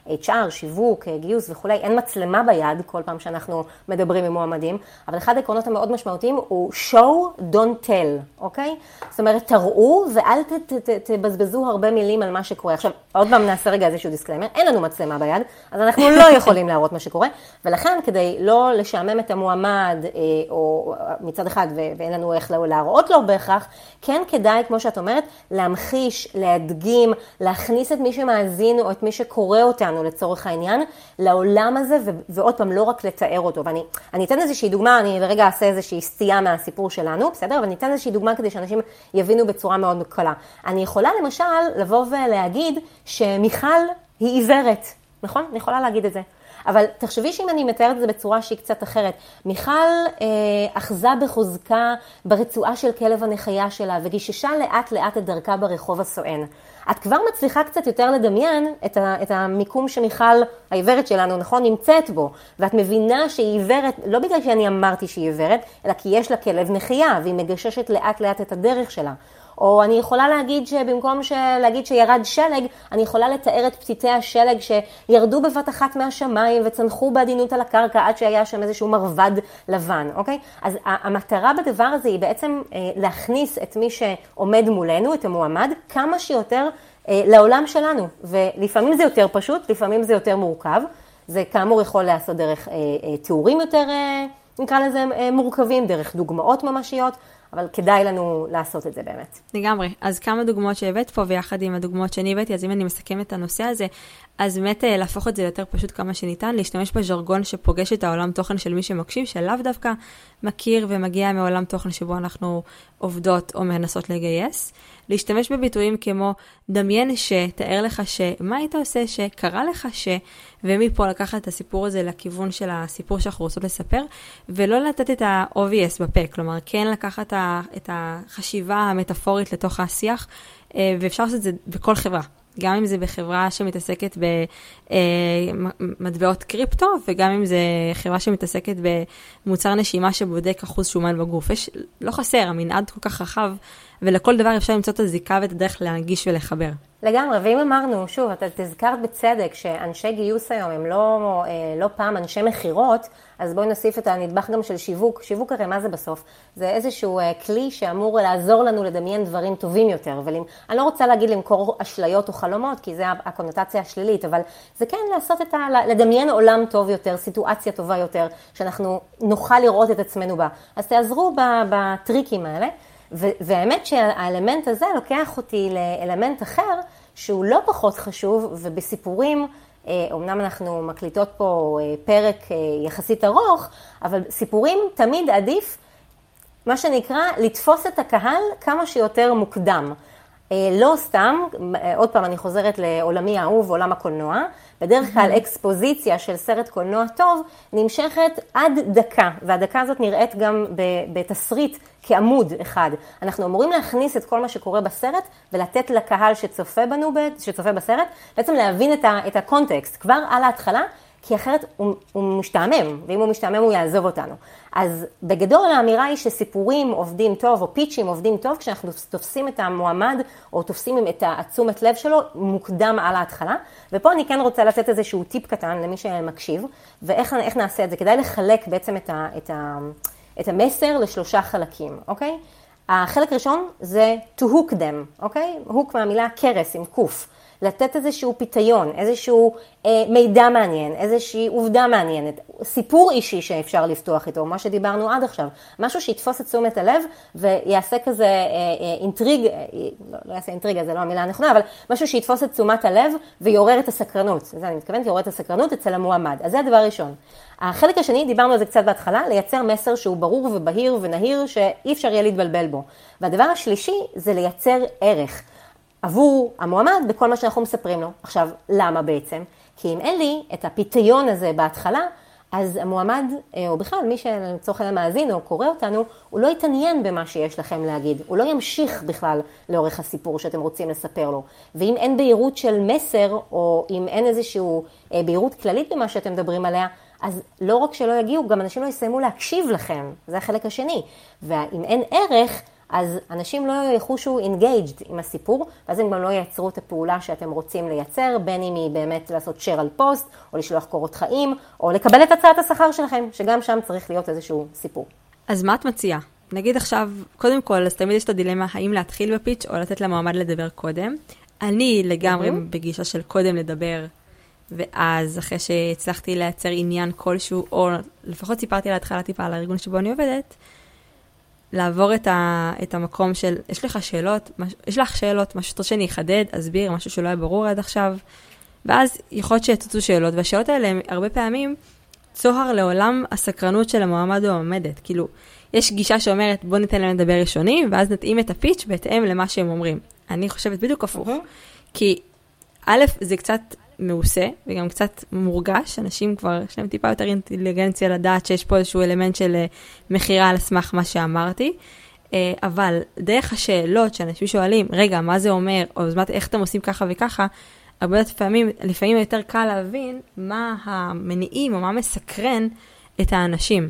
אייץ' אר, שיווק, גיוס וכולי, אין מצלמה ביד כל פעם שאנחנו מדברים עם מועמדים, אבל אחד העקרונות המאוד משמעותיים הוא show, don't tell, אוקיי? זאת אומרת, תראו ואל ת, ת, ת, תבזבזו הרבה מילים על מה שקורה. עכשיו, עוד פעם נעשה רגע איזשהו דיסקליימר, אין לנו מצלמה ביד, אז אנחנו לא יכולים להראות מה שקורה, ולכן כדי לא לשעמם את המועמד, או מצד אחד, ואין לנו איך להראות לו בהכרח, כן כדאי, כמו שאת אומרת, להמחיש, להדגים, להכניס את מי שמאזין או את מי שקורא אותנו לצורך העניין, לעולם הזה, ו- ועוד פעם, לא רק לתאר אותו. ואני אני אתן איזושהי דוגמה, אני לרגע אעשה איזושהי סטייה מהסיפור שלנו, בסדר? אבל אני אתן איזושהי דוגמה כדי שאנשים יבינו בצורה מאוד קלה. אני יכולה למשל לבוא ולהגיד שמיכל היא עיוורת, נכון? אני יכולה להגיד את זה. אבל תחשבי שאם אני מתארת את זה בצורה שהיא קצת אחרת, מיכל אה, אחזה בחוזקה ברצועה של כלב הנחיה שלה, וגיששה לאט לאט את דרכה ברחוב הסואן. את כבר מצליחה קצת יותר לדמיין את, ה, את המיקום שמיכל העיוורת שלנו, נכון, נמצאת בו, ואת מבינה שהיא עיוורת, לא בגלל שאני אמרתי שהיא עיוורת, אלא כי יש לה כלב נחיה, והיא מגששת לאט לאט את הדרך שלה. או אני יכולה להגיד שבמקום להגיד שירד שלג, אני יכולה לתאר את פתיתי השלג שירדו בבת אחת מהשמיים וצנחו בעדינות על הקרקע עד שהיה שם איזשהו מרבד לבן, אוקיי? אז המטרה בדבר הזה היא בעצם להכניס את מי שעומד מולנו, את המועמד, כמה שיותר לעולם שלנו. ולפעמים זה יותר פשוט, לפעמים זה יותר מורכב. זה כאמור יכול לעשות דרך תיאורים יותר, נקרא לזה, מורכבים, דרך דוגמאות ממשיות, אבל כדאי לנו לעשות את זה באמת. לגמרי. אז כמה דוגמאות שהבאת פה, ויחד עם הדוגמאות שאני הבאתי, אז אם אני מסכם את הנושא הזה, אז באמת להפוך את זה יותר פשוט כמה שניתן, להשתמש בז'רגון שפוגש את העולם תוכן של מי שמקשיב, שלאו דווקא מכיר ומגיע מעולם תוכן שבו אנחנו עובדות או מנסות לגייס. להשתמש בביטויים כמו דמיין ש, תאר לך ש, מה היית עושה ש, קרה לך ש, ומפה לקחת את הסיפור הזה לכיוון של הסיפור שאנחנו רוצות לספר, ולא לתת את ה-obvious בפה, כלומר כן לקחת את החשיבה המטאפורית לתוך השיח, ואפשר לעשות את זה בכל חברה. גם אם זה בחברה שמתעסקת במטבעות קריפטו, וגם אם זה חברה שמתעסקת במוצר נשימה שבודק אחוז שומן בגוף. יש, לא חסר, המנעד כל כך רחב, ולכל דבר אפשר למצוא את הזיקה ואת הדרך להנגיש ולחבר. לגמרי, ואם אמרנו, שוב, אתה תזכרת בצדק שאנשי גיוס היום הם לא, לא פעם אנשי מחירות, אז בואי נוסיף את הנדבך גם של שיווק. שיווק הרי מה זה בסוף? זה איזשהו כלי שאמור לעזור לנו לדמיין דברים טובים יותר. ואני לא רוצה להגיד למכור אשליות או חלומות, כי זה הקונוטציה השלילית, אבל זה כן לעשות את ה... לדמיין עולם טוב יותר, סיטואציה טובה יותר, שאנחנו נוכל לראות את עצמנו בה. אז תעזרו בטריקים האלה. והאמת שהאלמנט הזה לוקח אותי לאלמנט אחר, שהוא לא פחות חשוב, ובסיפורים, אומנם אנחנו מקליטות פה פרק יחסית ארוך, אבל סיפורים תמיד עדיף, מה שנקרא, לתפוס את הקהל כמה שיותר מוקדם. לא סתם, עוד פעם אני חוזרת לעולמי האהוב, עולם הקולנוע, בדרך כלל אקספוזיציה של סרט קולנוע טוב נמשכת עד דקה, והדקה הזאת נראית גם בתסריט כעמוד אחד. אנחנו אמורים להכניס את כל מה שקורה בסרט ולתת לקהל שצופה בנו, שצופה בסרט, בעצם להבין את הקונטקסט כבר על ההתחלה, כי אחרת הוא, הוא משתעמם, ואם הוא משתעמם הוא יעזוב אותנו. אז בגדול האמירה היא שסיפורים עובדים טוב, או פיצ'ים עובדים טוב, כשאנחנו תופסים את המועמד, או תופסים את התשומת לב שלו, מוקדם על ההתחלה. ופה אני כן רוצה לתת איזשהו טיפ קטן למי שמקשיב, ואיך איך נעשה את זה. כדאי לחלק בעצם את, ה, את, ה, את המסר לשלושה חלקים, אוקיי? החלק הראשון זה to hook them, אוקיי? hook מהמילה קרס עם קוף. לתת איזשהו פיתיון, איזשהו אה, מידע מעניין, איזושהי עובדה מעניינת, סיפור אישי שאפשר לפתוח איתו, מה שדיברנו עד עכשיו, משהו שיתפוס את תשומת הלב ויעשה כזה אה, אה, אינטריג, אה, לא, לא יעשה אינטריגה, זה לא המילה הנכונה, אבל משהו שיתפוס את תשומת הלב ויעורר את הסקרנות, זה אני מתכוונת, יעורר את הסקרנות אצל המועמד, אז זה הדבר ראשון. החלק השני, דיברנו על זה קצת בהתחלה, לייצר מסר שהוא ברור ובהיר ונהיר שאי אפשר יהיה להתבלבל בו. והדבר השלישי זה לייצר ערך. עבור המועמד בכל מה שאנחנו מספרים לו. עכשיו, למה בעצם? כי אם אין לי את הפיתיון הזה בהתחלה, אז המועמד, או בכלל מי שלצורך העניין מאזין או קורא אותנו, הוא לא יתעניין במה שיש לכם להגיד. הוא לא ימשיך בכלל לאורך הסיפור שאתם רוצים לספר לו. ואם אין בהירות של מסר, או אם אין איזשהו בהירות כללית במה שאתם מדברים עליה, אז לא רק שלא יגיעו, גם אנשים לא יסיימו להקשיב לכם. זה החלק השני. ואם אין ערך, אז אנשים לא יחושו engaged עם הסיפור, ואז הם גם לא ייצרו את הפעולה שאתם רוצים לייצר, בין אם היא באמת לעשות share על פוסט, או לשלוח קורות חיים, או לקבל את הצעת השכר שלכם, שגם שם צריך להיות איזשהו סיפור. אז מה את מציעה? נגיד עכשיו, קודם כל, אז תמיד יש את הדילמה, האם להתחיל בפיץ' או לתת למועמד לדבר קודם. אני לגמרי בגישה של קודם לדבר, ואז אחרי שהצלחתי לייצר עניין כלשהו, או לפחות סיפרתי להתחלה טיפה על הארגון שבו אני עובדת, לעבור את, ה, את המקום של, יש לך שאלות, מש, יש לך שאלות, משהו שאני אחדד, אסביר, משהו שלא היה ברור עד עכשיו, ואז יכול להיות שיצוצו שאלות, והשאלות האלה הם הרבה פעמים צוהר לעולם הסקרנות של המועמד או המועמדת. כאילו, יש גישה שאומרת, בוא ניתן להם לדבר ראשוני, ואז נתאים את הפיץ' בהתאם למה שהם אומרים. אני חושבת בדיוק הפוך. כי א', זה קצת מעושה, וגם קצת מורגש, אנשים כבר, יש להם טיפה יותר אינטליגנציה לדעת שיש פה איזשהו אלמנט של מחירה על סמך מה שאמרתי, אבל דרך השאלות שאנשים שואלים, רגע, מה זה אומר, או איך אתם עושים ככה וככה, הרבה פעמים, לפעמים יותר קל להבין מה המניעים או מה מסקרן את האנשים.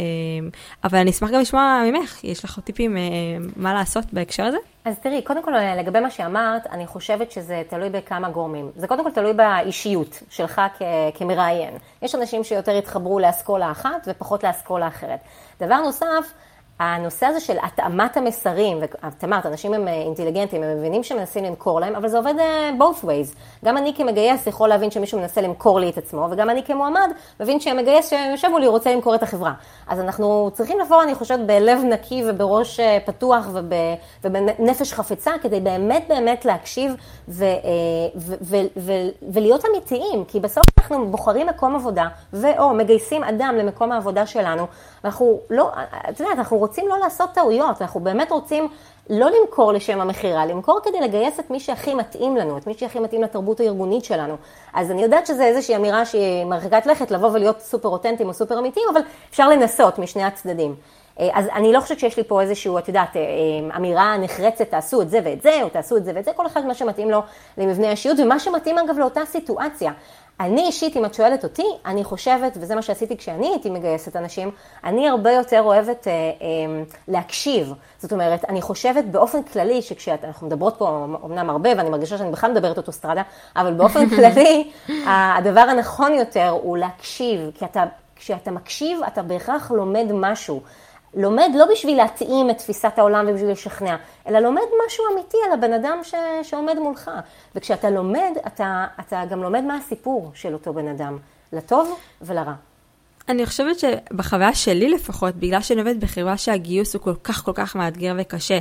אבל אני אשמח גם לשמוע ממך, יש לך טיפים מה לעשות בהקשר הזה? אז תראי, קודם כל לגבי מה שאמרת, אני חושבת שזה תלוי בכמה גורמים. זה קודם כל תלוי באישיות שלך כמראיין. יש אנשים שיותר התחברו לאסכולה אחת ופחות לאסכולה אחרת. דבר נוסף, הנושא הזה של התאמת המסרים, ואת אמרת, אנשים הם אינטליגנטים, הם מבינים שמנסים למכור להם, אבל זה עובד both ways. גם אני כמגייס יכול להבין שמישהו מנסה למכור לי את עצמו, וגם אני כמועמד מבין שהמגייס שיושב מולי רוצה למכור את החברה. אז אנחנו צריכים לבוא, אני חושבת, בלב נקי ובראש פתוח וב, ובנפש חפצה, כדי באמת באמת להקשיב ו, ו, ו, ו, ולהיות אמיתיים, כי בסוף אנחנו בוחרים מקום עבודה, ואו מגייסים אדם למקום העבודה שלנו, ואנחנו לא, את יודעת, אנחנו רוצים לא לעשות טעויות, אנחנו באמת רוצים לא למכור לשם המחירה, למכור כדי לגייס את מי שהכי מתאים לנו, את מי שהכי מתאים לתרבות הארגונית שלנו. אז אני יודעת שזה איזושהי אמירה שהיא מרחיקת לכת, לבוא ולהיות סופר אותנטיים או סופר אמיתיים, אבל אפשר לנסות משני הצדדים. אז אני לא חושבת שיש לי פה איזשהו, את יודעת, אמירה נחרצת, תעשו את זה ואת זה, או תעשו את זה ואת זה, כל אחד מה שמתאים לו למבנה האישיות, ומה שמתאים אגב לאותה סיטואציה. אני אישית, אם את שואלת אותי, אני חושבת, וזה מה שעשיתי כשאני הייתי מגייסת אנשים, אני הרבה יותר אוהבת אה, אה, להקשיב. זאת אומרת, אני חושבת באופן כללי, שכשאנחנו מדברות פה אמנם הרבה, ואני מרגישה שאני בכלל מדברת אוטוסטרדה, אבל באופן כללי, הדבר הנכון יותר הוא להקשיב, כי אתה, כשאתה מקשיב, אתה בהכרח לומד משהו. לומד לא בשביל להתאים את תפיסת העולם ובשביל לשכנע, אלא לומד משהו אמיתי על הבן אדם ש... שעומד מולך. וכשאתה לומד, אתה, אתה גם לומד מה הסיפור של אותו בן אדם, לטוב ולרע. אני חושבת שבחוויה שלי לפחות, בגלל שאני עובדת בחברה שהגיוס הוא כל כך כל כך מאתגר וקשה,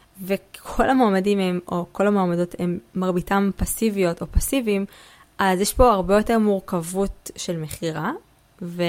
וכל המועמדים הם, או כל המועמדות הם מרביתם פסיביות או פסיביים, אז יש פה הרבה יותר מורכבות של מחירה, ו...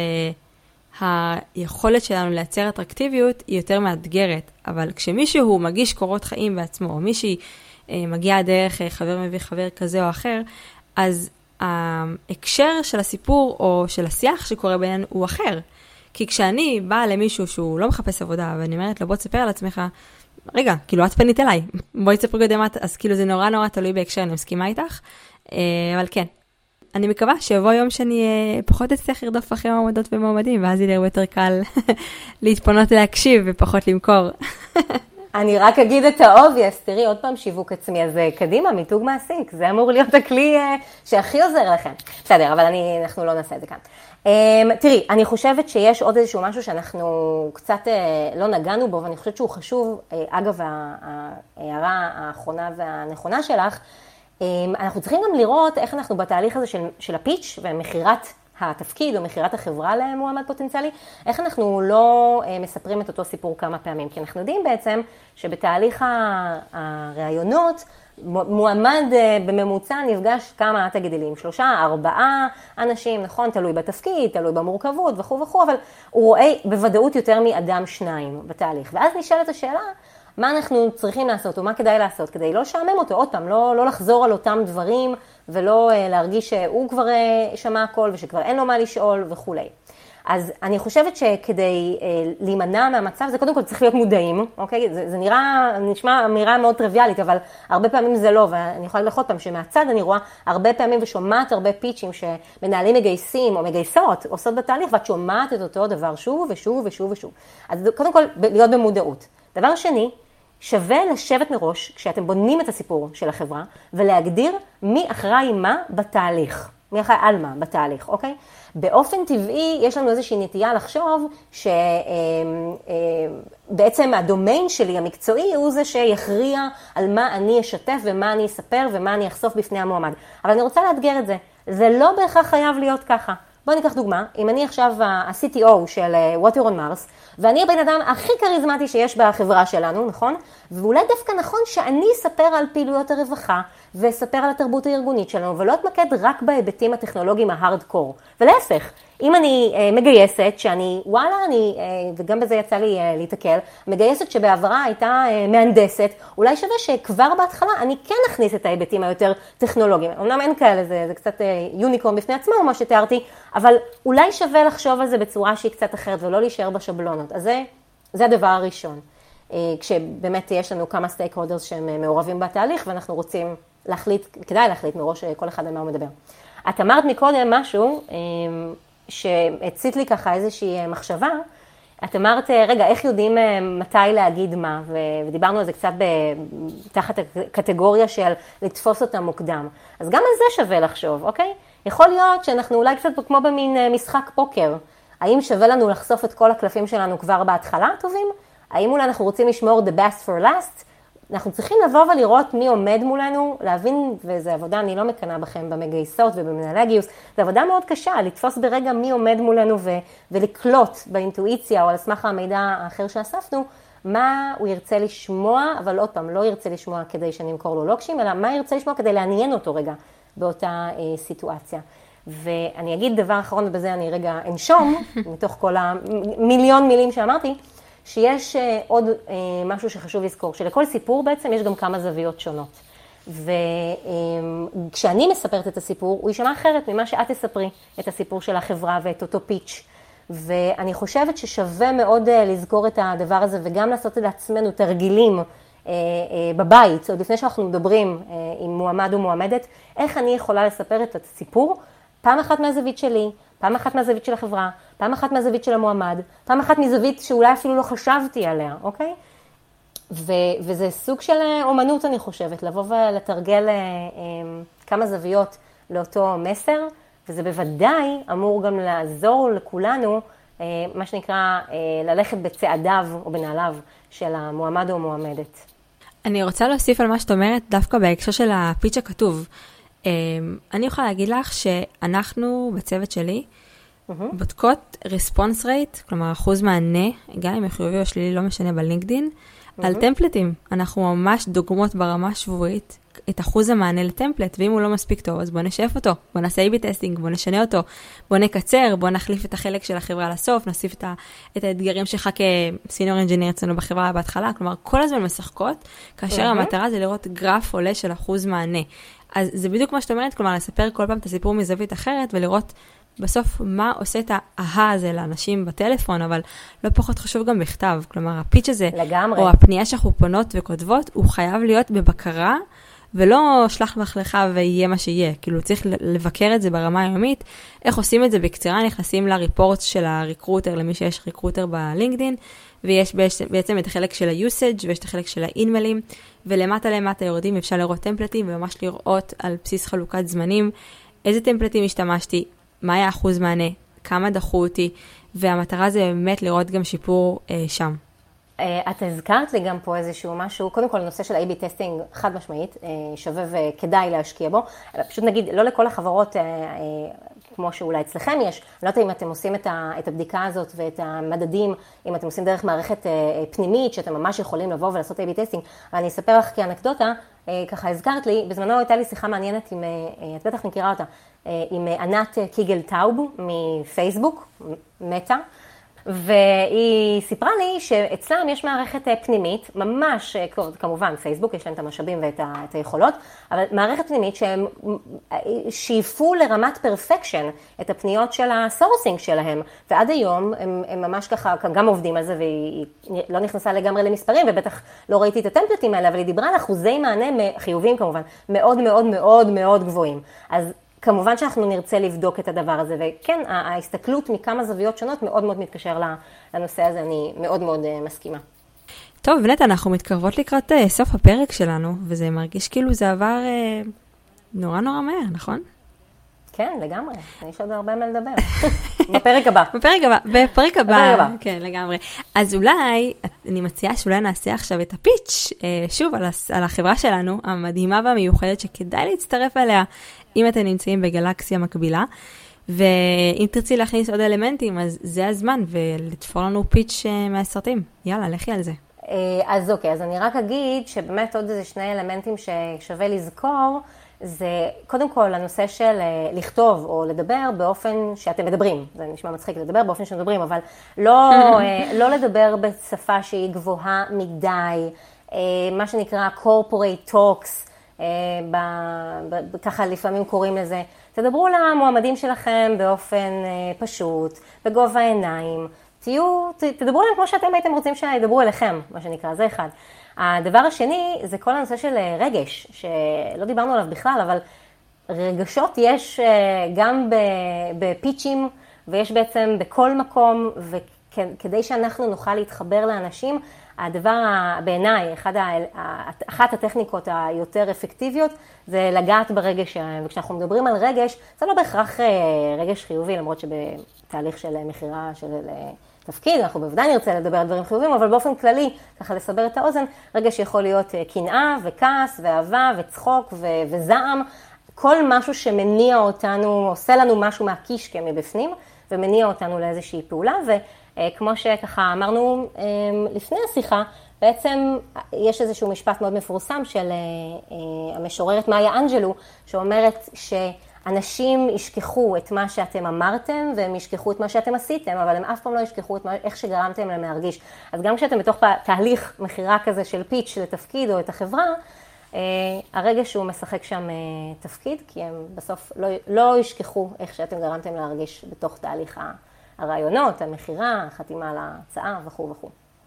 היכולת שלנו לייצר אטרקטיביות היא יותר מאתגרת, אבל כשמישהו מגיש קורות חיים בעצמו, או מישהי אה, מגיע דרך אה, חבר מביא חבר כזה או אחר, אז ההקשר של הסיפור או של השיח שקורה בינינו הוא אחר. כי כשאני באה למישהו שהוא לא מחפש עבודה, ואני אומרת לו, בוא תספר על עצמך, רגע, כאילו את פנית אליי, בואי תספר קודם, אז כאילו זה נורא נורא תלוי בהקשר, אני מסכימה איתך, אה, אבל כן. אני מקווה שיבוא יום שאני פחות אצליח לרדוף אחרי מועמדות ומועמדים, ואז יהיה הרבה יותר קל להתפונות להקשיב ופחות למכור. אני רק אגיד את האובייס, תראי עוד פעם שיווק עצמי, אז קדימה, מיתוג מעסיק, זה אמור להיות הכלי שהכי עוזר לכם. בסדר, אבל אני, אנחנו לא נעשה את זה כאן. תראי, אני חושבת שיש עוד איזשהו משהו שאנחנו קצת לא נגענו בו, ואני חושבת שהוא חשוב, אגב, ההערה האחרונה והנכונה שלך, אנחנו צריכים גם לראות איך אנחנו בתהליך הזה של, של הפיץ' ומחירת התפקיד או מחירת החברה למועמד פוטנציאלי, איך אנחנו לא מספרים את אותו סיפור כמה פעמים. כי אנחנו יודעים בעצם שבתהליך הרעיונות, מועמד בממוצע נפגש כמה, תגידי לי, עם שלושה, ארבעה אנשים, נכון, תלוי בתפקיד, תלוי במורכבות וכו' וכו', אבל הוא רואה בוודאות יותר מאדם שניים בתהליך. ואז נשאלת השאלה, מה אנחנו צריכים לעשות, או מה כדאי לעשות, כדי לא לשעמם אותו, עוד פעם, לא, לא לחזור על אותם דברים, ולא uh, להרגיש שהוא כבר uh, שמע הכל, ושכבר אין לו מה לשאול וכו'. אז אני חושבת שכדי uh, להימנע מהמצב, זה קודם כל צריך להיות מודעים, אוקיי? זה, זה נראה, נשמע אמירה מאוד טריוויאלית, אבל הרבה פעמים זה לא, ואני יכולה להגיד עוד פעם, שמהצד אני רואה הרבה פעמים ושומעת הרבה פיצ'ים שמנהלים מגייסים או מגייסות, עושות בתהליך, ואת שומעת את אותו דבר שוב ושוב ושוב ושוב. אז קודם כל, להיות במודעות. דבר שני, שווה לשבת מראש, כשאתם בונים את הסיפור של החברה, ולהגדיר מי אחראי מה בתהליך. מי אחראי על מה בתהליך, אוקיי? באופן טבעי יש לנו איזושהי נטייה לחשוב שבעצם הדומיין שלי המקצועי הוא זה שיכריע על מה אני אשתף ומה אני אספר ומה אני אחשוף בפני המועמד. אבל אני רוצה לאתגר את זה. זה לא בהכרח חייב להיות ככה. בואו ניקח דוגמה. אם אני עכשיו ה-סי טי או של Water on Mars, ואני הבן אדם הכי קריזמטי שיש בחברה שלנו, נכון? ואולי דווקא נכון שאני אספר על פעילויות הרווחה, ואספר על התרבות הארגונית שלנו, ולא אתמקד רק בהיבטים הטכנולוגיים ההארדקור. ולהפך, אם אני אה, מגייסת, שאני, וואלה, אני, אה, וגם בזה יצא לי אה, להתקל, מגייסת שבעברה הייתה אה, מהנדסת, אולי שווה שכבר בהתחלה אני כן אכניס את ההיבטים היותר טכנולוגיים. אמנם אין כאלה, זה, זה קצת אה, יוניקורן בפני עצמו, מה שתיארתי, אבל אולי שווה לחשוב על זה בצורה שהיא קצת אחרת, ולא להישאר בשבלונות. אז זה, זה הדבר הראשון. כשבאמת יש לנו כמה סטייק הולדרס שהם מעורבים בתהליך, ואנחנו רוצים להחליט, כדאי להחליט מראש כל אחד על מה הוא מדבר. את אמרת מקודם משהו שהצית לי ככה איזושהי מחשבה, את אמרת, רגע, איך יודעים מתי להגיד מה, ודיברנו על זה קצת תחת הקטגוריה של לתפוס אותם מוקדם. אז גם על זה שווה לחשוב, אוקיי? יכול להיות שאנחנו אולי קצת כמו במין משחק פוקר. האם שווה לנו לחשוף את כל הקלפים שלנו כבר בהתחלה טובים? האם אולי אנחנו רוצים לשמור the best for last? אנחנו צריכים לבוא ולראות מי עומד מולנו, להבין, וזו עבודה, אני לא מקנה בכם במגייסות ובמנהלי הגיוס, זו עבודה מאוד קשה, לתפוס ברגע מי עומד מולנו ו- ולקלוט באינטואיציה או על סמך המידע האחר שאספנו, מה הוא ירצה לשמוע, אבל עוד פעם, לא ירצה לשמוע כדי שנמכור לו לוקשים, אלא מה ירצה לשמוע כדי לעניין אותו רגע באותה אה, סיטואציה. ואני אגיד דבר אחרון, ובזה אני רגע אנשום, מתוך כל המיליון מילים שאמרתי, שיש עוד משהו שחשוב לזכור, שלכל סיפור בעצם יש גם כמה זוויות שונות. וכשאני מספרת את הסיפור, הוא יישמע אחרת ממה שאת תספרי את הסיפור של החברה ואת אותו פיץ'. ואני חושבת ששווה מאוד לזכור את הדבר הזה, וגם לעשות את עצמנו תרגילים בבית, עוד לפני שאנחנו מדברים עם מועמד ומועמדת, איך אני יכולה לספר את הסיפור, פעם אחת מהזווית שלי, פעם אחת מהזווית של החברה, פעם אחת מהזווית של המועמד, פעם אחת מזווית שאולי אפילו לא חשבתי עליה, אוקיי? ו- וזה סוג של אומנות, אני חושבת, לבוא ולתרגל אה, כמה זוויות לאותו מסר, וזה בוודאי אמור גם לעזור לכולנו, אה, מה שנקרא, אה, ללכת בצעדיו או בנעליו של המועמד או המועמדת. אני רוצה להוסיף על מה שאת אומרת, דווקא בהקשר של הפיץ' הכתוב. אני יכולה להגיד לך שאנחנו בצוות שלי בודקות response rate, כלומר אחוז מענה, גם אם חיובי או שלילי לא משנה בלינקדין, על טמפלטים. אנחנו ממש דוגמות ברמה שבועית את אחוז המענה לטמפלט, ואם הוא לא מספיק טוב, אז בוא נשאף אותו, בוא נעשה איי בי טסטינג, בוא נשנה אותו, בוא נקצר, בוא נחליף את החלק של החברה לסוף, נוסיף את, ה, את האתגרים שלך כסיניור אנג'יניר אצלנו בחברה בהתחלה, כלומר כל הזמן משחקות, כאשר המטרה זה לראות גרף עולה של אחוז מענה. אז זה בדיוק מה שאת אומרת, כלומר לספר כל פעם את הסיפור מזווית אחרת, ולראות בסוף מה עושה את ההה הזה לאנשים בטלפון, אבל לא פחות חשוב גם בכתב, כלומר הפיץ' הזה, לגמרי. או הפנייה שאנחנו פונות וכותבות, הוא חייב להיות בבקרה, ולא שלח לך ויהיה מה שיהיה, כאילו צריך לבקר את זה ברמה היומית, איך עושים את זה בקצרה, נכנסים לריפורט של הריקרוטר, למי שיש ריקרוטר בלינקדין, ויש בעצם את החלק של ה-usage, ויש את החלק של האינמיילים, ולמטה למטה יורדים, אפשר לראות טמפלטים, וממש לראות על בסיס חלוקת זמנים, איזה טמפלטים השתמשתי, מה היה אחוז מענה, כמה דחו אותי, והמטרה זה באמת לראות גם שיפור אה, שם. את הזכרת לי גם פה איזשהו משהו, קודם כל הנושא של ה-איי בי טסטינג חד משמעית, שווה וכדאי להשקיע בו, פשוט נגיד, לא לכל החברות, כמו שאולי אצלכם יש, אני לא יודעת אם אתם עושים את הבדיקה הזאת ואת המדדים, אם אתם עושים דרך מערכת פנימית, שאתם ממש יכולים לבוא ולעשות איי בי טסטינג, ואני אספר לך כאנקדוטה, ככה הזכרת לי, בזמנו הייתה לי שיחה מעניינת עם, את בטח מכירה אותה, עם ענת קיגל טאוב מפייסבוק, מטה, והיא סיפרה לי שאצלם יש מערכת פנימית, ממש, כמובן, פייסבוק, יש להם את המשאבים ואת ה, את היכולות, אבל מערכת פנימית שהם שאיפו לרמת פרפקשן את הפניות של הסורסינג שלהם, ועד היום הם, הם ממש ככה, גם עובדים על זה, והיא לא נכנסה לגמרי למספרים, ובטח לא ראיתי את הטמפלטים האלה, אבל היא דיברה על אחוזי מענה חיוביים כמובן, מאוד מאוד מאוד מאוד גבוהים. אז כמובן שאנחנו נרצה לבדוק את הדבר הזה, וכן, ההסתכלות מכמה זוויות שונות מאוד מאוד מתקשר לנושא הזה, אני מאוד מאוד מסכימה. טוב, נטע, אנחנו מתקרבות לקראת uh, סוף הפרק שלנו, וזה מרגיש כאילו זה עבר uh, נורא נורא מהר, נכון? כן, לגמרי. יש עוד הרבה מה לדבר. בפרק הבא. בפרק הבא, בפרק הבא. כן, לגמרי. אז אולי, אני מציעה שאולי נעשה עכשיו את הפיץ', שוב, על, על החברה שלנו, המדהימה והמיוחדת, שכדאי להצטרף אליה, אם אתם נמצאים בגלקסיה מקבילה, ואם תרצי להכניס עוד אלמנטים, אז זה הזמן, ולתפור לנו פיץ' מהסרטים. יאללה, לכי על זה. אז אוקיי, אז אני רק אגיד שבאמת עוד איזה שני אלמנטים ששווה לזכור, זה קודם כל הנושא של לכתוב או לדבר באופן שאתם מדברים. זה נשמע מצחיק לדבר באופן שמדברים, אבל לא, לא לדבר בשפה שהיא גבוהה מדי, מה שנקרא corporate talks, ב, ב, ככה לפעמים קוראים לזה. תדברו למועמדים שלכם באופן פשוט, בגובה העיניים, תהיו, תדברו להם כמו שאתם הייתם רוצים שידברו אליכם, מה שנקרא, זה אחד. הדבר השני זה כל הנושא של רגש, שלא דיברנו עליו בכלל, אבל רגשות יש גם בפיצ'ים, ויש בעצם בכל מקום, וכדי שאנחנו נוכל להתחבר לאנשים, הדבר בעיניי, אחת הטכניקות היותר אפקטיביות, זה לגעת ברגש שלהם. וכשאנחנו מדברים על רגש, זה לא בהכרח רגש חיובי, למרות שבתהליך של מחירה של תפקיד, אנחנו בוודאי נרצה לדבר על דברים חיוביים, אבל באופן כללי, ככה לסבר את האוזן, רגש יכול להיות קנאה וכעס ואהבה וצחוק ו- וזעם, כל משהו שמניע אותנו, עושה לנו משהו מהקישקע מבפנים, ומניע אותנו לאיזושהי פעולה, וכמו שככה אמרנו לפני השיחה, בעצם יש איזשהו משפט מאוד מפורסם של המשוררת מאיה אנג'לו, שאומרת ש... אנשים ישכחו את מה שאתם אמרתם, והם ישכחו את מה שאתם עשיתם, אבל הם אף פעם לא ישכחו את מה, איך שגרמתם להם להרגיש. אז גם כשאתם בתוך תהליך מחירה כזה של פיץ' לתפקיד או את החברה, אה, הרגע שהוא משחק שם אה, תפקיד, כי הם בסוף לא, לא ישכחו איך שאתם גרמתם להרגיש בתוך תהליך הרעיונות, המחירה, החתימה על ההצעה וכו' וכו'.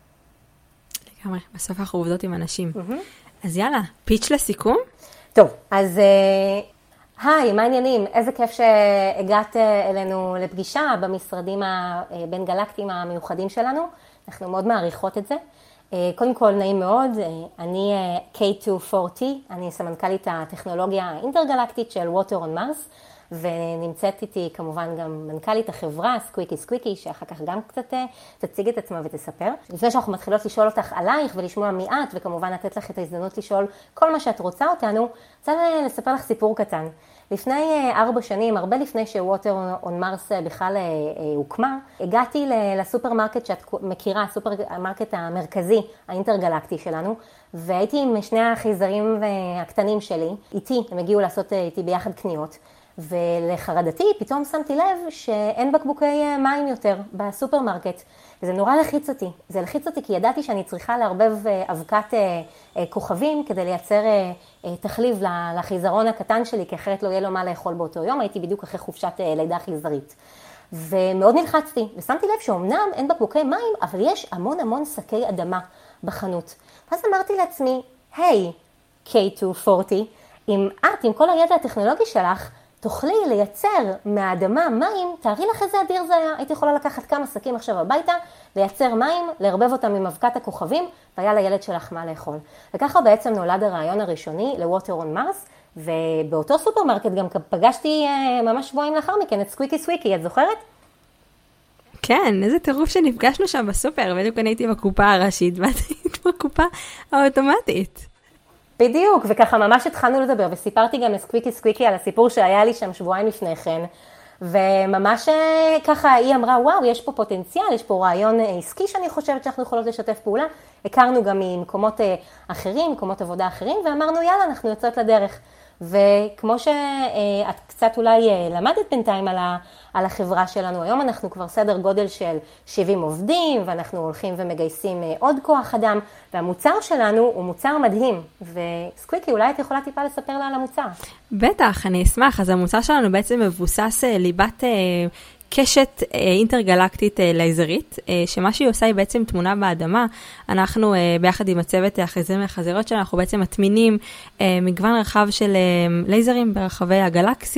לגמרי, בסוף אנחנו עובדות עם אנשים. Mm-hmm. אז יאללה, פיץ' לסיכום? טוב, אז... אה, היי, מה העניינים? איזה כיף שהגעת אלינו לפגישה במשרדים הבין גלקטיים המיוחדים שלנו. אנחנו מאוד מעריכות את זה. קודם כל, נעים מאוד, אני קיי טו פור טי, אני סמנכ"לית הטכנולוגיה האינטרגלקטית של Water on Mars, ונמצאת איתי כמובן גם מנכ"לית החברה, סקוויקי סקוויקי, שאחר כך גם קצת תציג את עצמה ותספר. לפני שאנחנו מתחילות לשאול אותך עלייך ולשמוע מעט, וכמובן לתת לך את ההזדמנות לשאול כל מה שאת רוצה אותנו, רוצה לספר לך סיפור קטן. לפני ארבע שנים, הרבה לפני שוואטר און מרס בכלל הוקמה, הגעתי לסופרמרקט שאת מכירה, הסופרמרקט המרכזי, האינטרגלקטי שלנו, והייתי עם שני החייזרים הקטנים שלי, איתי, הם הגיעו לעשות איתי ביחד קניות, ולחרדתי פתאום שמתי לב שאין בקבוקי מים יותר בסופרמרקט, וזה נורא לחיץ אותי. זה לחיץ אותי כי ידעתי שאני צריכה להרבב אבקת כוכבים כדי לייצר תחליב לחייזרון הקטן שלי, כי אחרת לא יהיה לו מה לאכול באותו יום. הייתי בדיוק אחרי חופשת לידה חייזרית. ומאוד נלחצתי, ושמתי לב שאומנם אין בקבוקי מים, אבל יש המון המון שקי אדמה בחנות. ואז אמרתי לעצמי, היי, קיי טו פור טי, אם את, עם כל הידע הטכנולוגי שלך, תוכלי לייצר מהאדמה מים, תארי לך איזה אדיר זה היה. הייתי יכולה לקחת כמה שקים עכשיו הביתה, לייצר מים, לערבב אותם עם אבקת הכוכבים, והיה לילד שלך מה לאכול. וככה בעצם נולד הרעיון הראשוני ל-Water on Mars, ובאותו סופרמרקט גם פגשתי ממש שבועיים לאחר מכן את סקוויקי סקוויקי, את זוכרת? כן, איזה טירוף שנפגשנו שם בסופר, בדיוק אני הייתי בקופה הראשית, ואתי בקופה האוטומטית. בדיוק, וככה ממש התחלנו לדבר, וסיפרתי גם לסקוויקי סקוויקי על הסיפור שהיה לי שם שבועיים לפני כן, וממש ככה היא אמרה, וואו, יש פה פוטנציאל, יש פה רעיון עסקי שאני חושבת שאנחנו יכולות לשתף פעולה. הכרנו גם ממקומות אחרים, מקומות עבודה אחרים, ואמרנו, יאללה, אנחנו יוצאות לדרך. וכמו שאת קצת אולי למדת בינתיים על, ה, על החברה שלנו, היום אנחנו כבר סדר גודל של שבעים עובדים, ואנחנו הולכים ומגייסים עוד כוח אדם, והמוצר שלנו הוא מוצר מדהים. וסקוויקי, אולי את יכולה טיפה לספר לה על המוצר? בטח, אני אשמח. אז המוצר שלנו בעצם מבוסס ליבת קשת אינטרגלקטית לייזרית, שמה שהיא עושה היא בעצם תמונה באדמה. אנחנו ביחד עם הצוות החייזרים והחזירות שלנו, אנחנו בעצם מטמינים מגוון רחב של לייזרים ברחבי הגלקסיה,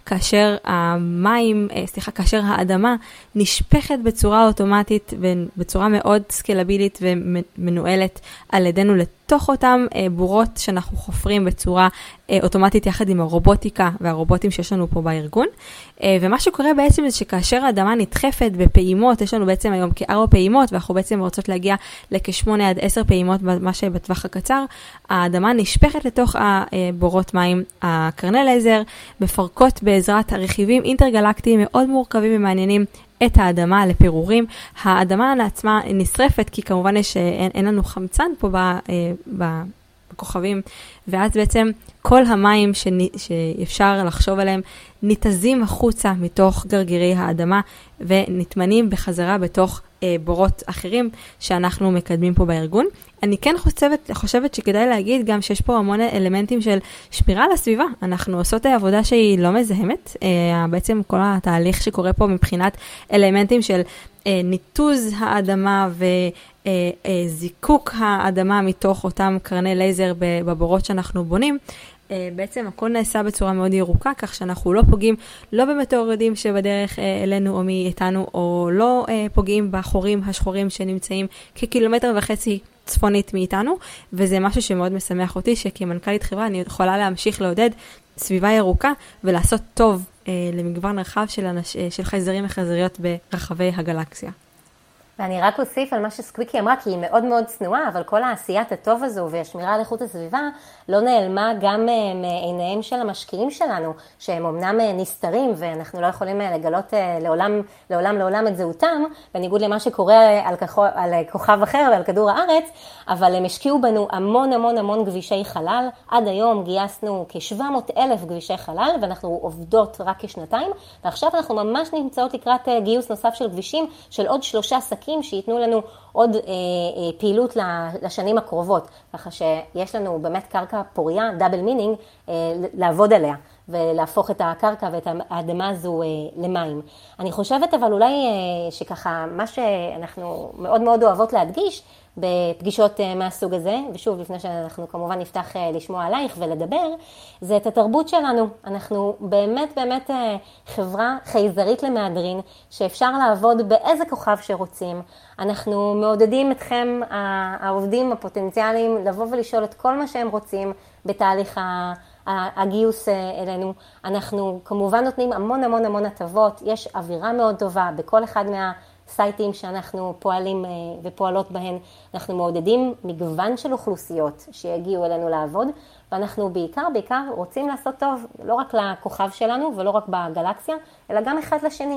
כאשר המים, סליחה, כאשר האדמה נשפכת בצורה אוטומטית ובצורה מאוד סקלבילית ומנוהלת על ידינו לתוך אותם בורות שאנחנו חופרים בצורה אוטומטית יחד עם הרובוטיקה והרובוטים שיש לנו פה בארגון. ומה שקורה בעצם זה שכאשר האדמה נדחפת בפעימות, יש לנו בעצם היום כארבע פעימות, ואנחנו בעצם רוצות להגיע לכשמונה עד עשר פעימות, מה שבטווח הקצר, האדמה נשפכת לתוך הבורות מים, הקרני לייזר מפרקות בעזרת הרכיבים אינטרגלקטיים מאוד מורכבים ומעניינים את האדמה לפירורים. האדמה לעצמה נשרפת, כי כמובן יש, אין, אין לנו חמצן פה ב, ב, בכוכבים, ואז בעצם כל המים שנ, שאפשר לחשוב עליהם ניתזים החוצה מתוך גרגירי האדמה, ונתמנים בחזרה בתוך אה, בורות אחרים שאנחנו מקדמים פה בארגון. אני כן חושבת, חושבת שכדאי להגיד גם שיש פה המון אלמנטים של שמירה על הסביבה. אנחנו עושות עבודה שהיא לא מזהמת. אה, בעצם כל התהליך שקורה פה מבחינת אלמנטים של אה, ניתוז האדמה וזיקוק האדמה מתוך אותם קרני לייזר בבורות שאנחנו בונים, בעצם הכל נעשה בצורה מאוד ירוקה, כך שאנחנו לא פוגעים לא במטאורידים שבדרך אלינו או מאיתנו, או לא פוגעים בחורים השחורים שנמצאים כקילומטר וחצי צפונית מאיתנו, וזה משהו שמאוד משמח אותי, שכמנכ"לית חברה אני יכולה להמשיך לעודד סביבה ירוקה, ולעשות טוב למגוון רחב של, אנש, של חייזרים וחייזריות ברחבי הגלקסיה. ואני רק אוסיף על מה שסקוויקי אמרה, כי היא מאוד מאוד צנועה, אבל כל העשיית הטוב הזו והשמירה על איכות הסביבה לא נעלמה גם מעיניהם של המשקיעים שלנו, שהם אמנם נסתרים ואנחנו לא יכולים לגלות לעולם, לעולם, לעולם את זהותם, בניגוד למה שקורה על, כחו, על כוכב אחר ועל כדור הארץ, אבל הם השקיעו בנו המון המון המון גבישי חלל. עד היום גייסנו כ-שבע מאות אלף גבישי חלל, ואנחנו עובדות רק כשנתיים, ועכשיו אנחנו ממש נמצאות לקראת גיוס נוסף של גבישים, של עוד שלושה סקים, שייתנו לנו עוד אה, אה, פעילות לשנים הקרובות, ככה שיש לנו באמת קרקע פוריה, דאבל מינינג, אה, לעבוד עליה ולהפוך את הקרקע ואת האדמה הזו אה, למים. אני חושבת אבל אולי אה, שככה מה שאנחנו מאוד מאוד אוהבות להדגיש בפגישות אה, מהסוג הזה, ושוב לפני שאנחנו כמובן נפתח אה, לשמוע עלייך ולדבר, זה את התרבות שלנו. אנחנו באמת באמת אה, חברה חייזרית למהדרין, שאפשר לעבוד באיזה כוכב שרוצים. אנחנו מעודדים אתכם, העובדים הפוטנציאליים, לבוא ולשאול את כל מה שהם רוצים בתהליך הגיוס אלינו. אנחנו כמובן נותנים המון המון המון הטבות, יש אווירה מאוד טובה בכל אחד מהסייטים שאנחנו פועלים ופועלות בהן. אנחנו מעודדים מגוון של אוכלוסיות שיגיעו אלינו לעבוד, ואנחנו בעיקר בעיקר רוצים לעשות טוב, לא רק לכוכב שלנו ולא רק בגלקסיה, אלא גם אחד לשני.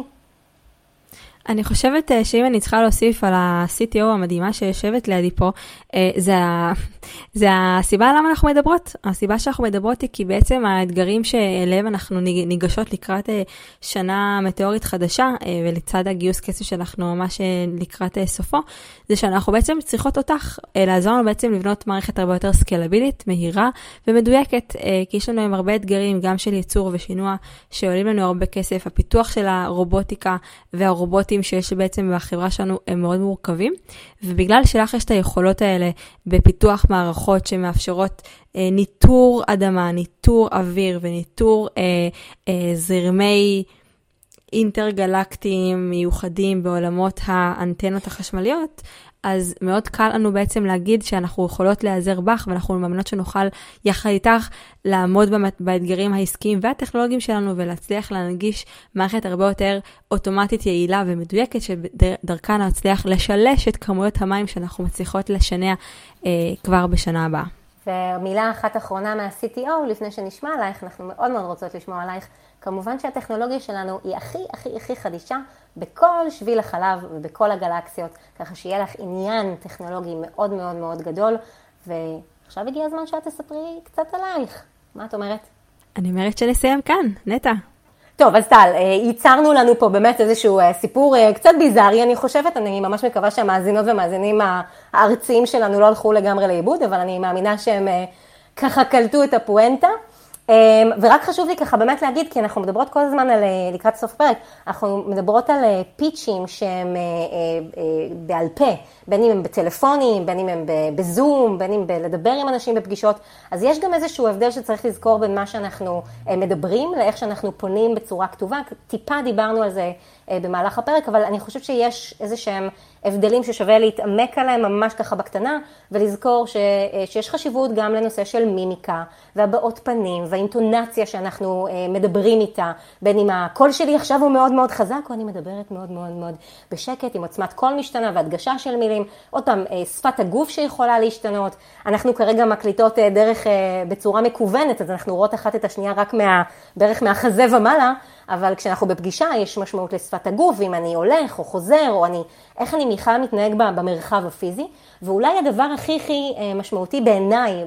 אני חושבת שאם אני צריכה להוסיף על ה-סי טי או המדהימה שיושבת לידי פה, זה, זה הסיבה למה אנחנו מדברות. הסיבה שאנחנו מדברות היא כי בעצם האתגרים שאליהם אנחנו ניגשות לקראת שנה מטאורית חדשה, ולצד הגיוס כסף שאנחנו ממש לקראת סופו, זה שאנחנו בעצם צריכות אותך לעזור לנו בעצם לבנות מערכת הרבה יותר סקלבילית, מהירה ומדויקת, כי יש לנו עם הרבה אתגרים, גם של ייצור ושינוע, שעולים לנו הרבה כסף. הפיתוח של הרובוטיקה והרובוטים שיש בעצם בחברה שלנו הם מאוד מורכבים, ובגלל שלך יש את היכולות האלה בפיתוח מערכות שמאפשרות אה, ניטור אדמה, ניטור אוויר וניטור אה, אה, זרמי אינטרגלקטיים מיוחדים בעולמות האנטנות החשמליות, אז מאוד קל לנו בעצם להגיד שאנחנו יכולות להיעזר בך, ואנחנו מאמינות שנוכל יחד איתך לעמוד באתגרים העסקיים והטכנולוגיים שלנו, ולהצליח להנגיש מערכת הרבה יותר אוטומטית, יעילה ומדויקת, שדרכה נצליח לשלש את כמויות המים שאנחנו מצליחות לשנע אה, כבר בשנה הבאה. ומילה אחת אחרונה מה-סי טי או, לפני שנשמע עלייך, אנחנו מאוד מאוד רוצות לשמוע עלייך. כמובן שהטכנולוגיה שלנו היא הכי הכי הכי חדישה בכל שביל החלב ובכל הגלקסיות, ככה שיהיה לך עניין טכנולוגי מאוד מאוד מאוד גדול. ועכשיו הגיע הזמן שאת תספרי קצת עלייך. מה את אומרת? אני אומרת שנסיים כאן, נטע. טוב, אז טל, ייצרנו לנו פה באמת איזשהו סיפור קצת ביזארי, אני חושבת, אני ממש מקווה שהמאזינות והמאזינים הארציים שלנו לא הלכו לגמרי לאיבוד, אבל אני מאמינה שהם ככה קלטו את הפואנטה. ורק חשוב לי ככה באמת להגיד, כי אנחנו מדברות כל הזמן על, לקראת סוף פרק, אנחנו מדברות על פיצ'ים שהם בעל פה, בין אם הם בטלפונים, בין אם הם בזום, בין אם לדבר עם אנשים בפגישות, אז יש גם איזשהו הבדל שצריך לזכור בין מה שאנחנו מדברים, לאיך שאנחנו פונים בצורה כתובה, טיפה דיברנו על זה במהלך הפרק, אבל אני חושבת שיש איזה שהם הבדלים ששווה להתעמק עליהם ממש ככה בקטנה, ולזכור ש, שיש חשיבות גם לנושא של מימיקה, והבעות פנים, והאינטונציה שאנחנו מדברים איתה, בין אם הקול שלי עכשיו הוא מאוד מאוד חזק, או אני מדברת מאוד מאוד מאוד בשקט, עם עוצמת קול משתנה והדגשה של מילים, עוד פעם, שפת הגוף שיכולה להשתנות, אנחנו כרגע מקליטות דרך בצורה מקוונת, אז אנחנו רואות אחת את השנייה רק מה, בערך מהחזה ומעלה, אבל כשאנחנו בפגישה יש משמעות לשפת הגוף, ואם אני הולך או חוזר, או אני, איך אני בכלל מתנהג במרחב הפיזי, ואולי הדבר הכי הכי משמעותי בעיניי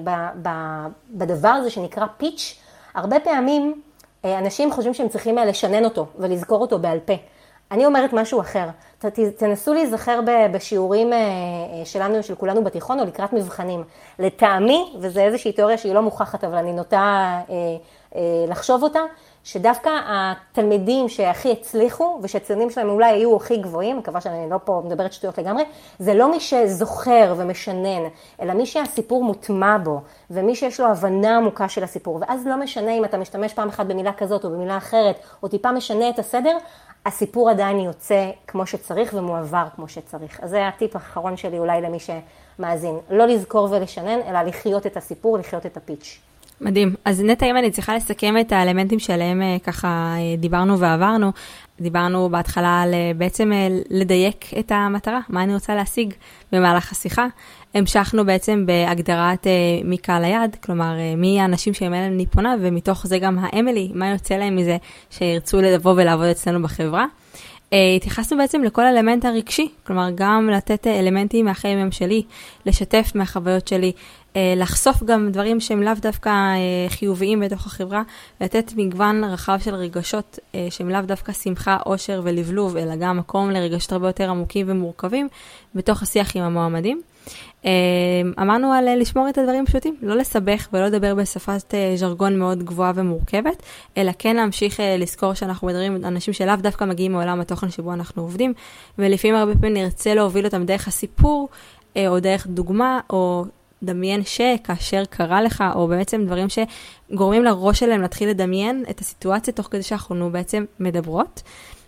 בדבר הזה שנקרא פיץ', הרבה פעמים אנשים חושבים שהם צריכים לשנן אותו ולזכור אותו בעל פה. אני אומרת משהו אחר, תנסו להיזכר בשיעורים שלנו, של כולנו בתיכון, או לקראת מבחנים. לטעמי, וזה איזושהי תיאוריה שהיא לא מוכחת, אבל אני נוטה לחשוב אותה, שדווקא התלמידים שהכי הצליחו, ושהציונים שלהם אולי היו הכי גבוהים, מקווה שאני לא פה מדברת שטויות לגמרי, זה לא מי שזוכר ומשנן, אלא מי שהסיפור מוטמע בו, ומי שיש לו הבנה עמוקה של הסיפור. ואז לא משנה אם אתה משתמש פעם אחת במילה כזאת או במילה אחרת, או טיפה משנה את הסדר, הסיפור עדיין יוצא כמו שצריך ומועבר כמו שצריך. אז זה הטיפ האחרון שלי אולי למי שמאזין. לא לזכור ולשנן, אלא לחיות את הסיפור, לחיות את הפיץ'. מדהים. אז נטע, אם אני צריכה לסכם את האלמנטים שלהם ככה דיברנו ועברנו, דיברנו בהתחלה על בעצם לדייק את המטרה, מה אני רוצה להשיג במהלך השיחה. המשכנו בעצם בהגדרת מי קהל היעד, כלומר מי האנשים שהם אליהם אני פונה, ומתוך זה גם האמילי, מה יוצא להם מזה שירצו לבוא ולעבוד אצלנו בחברה. התייחסנו בעצם לכל אלמנט הרגשי, כלומר גם לתת אלמנטים מהחיים שלי, לשתף מהחוויות שלי, לחשוף גם דברים שהם לאו דווקא חיוביים בתוך החברה, לתת מגוון רחב של רגשות שהם לאו דווקא שמחה, אושר ולבלוב, אלא גם מקום לרגשות הרבה יותר עמוקים ומורכבים בתוך השיח עם המועמדים. אמרנו על לשמור את הדברים פשוטים, לא לסבך ולא לדבר בשפת ז'רגון מאוד גבוהה ומורכבת, אלא כן להמשיך לזכור שאנחנו מדברים עם אנשים שלאו דווקא מגיעים מעולם התוכן שבו אנחנו עובדים, ולפעמים הרבה פעמים נרצה להוביל אותם דרך הסיפור, או דרך דוגמה, או דמיין שכאשר קרה לך, או בעצם דברים שגורמים לראש שלהם להתחיל לדמיין את הסיטואציה תוך כדי שאנחנו בעצם מדברות.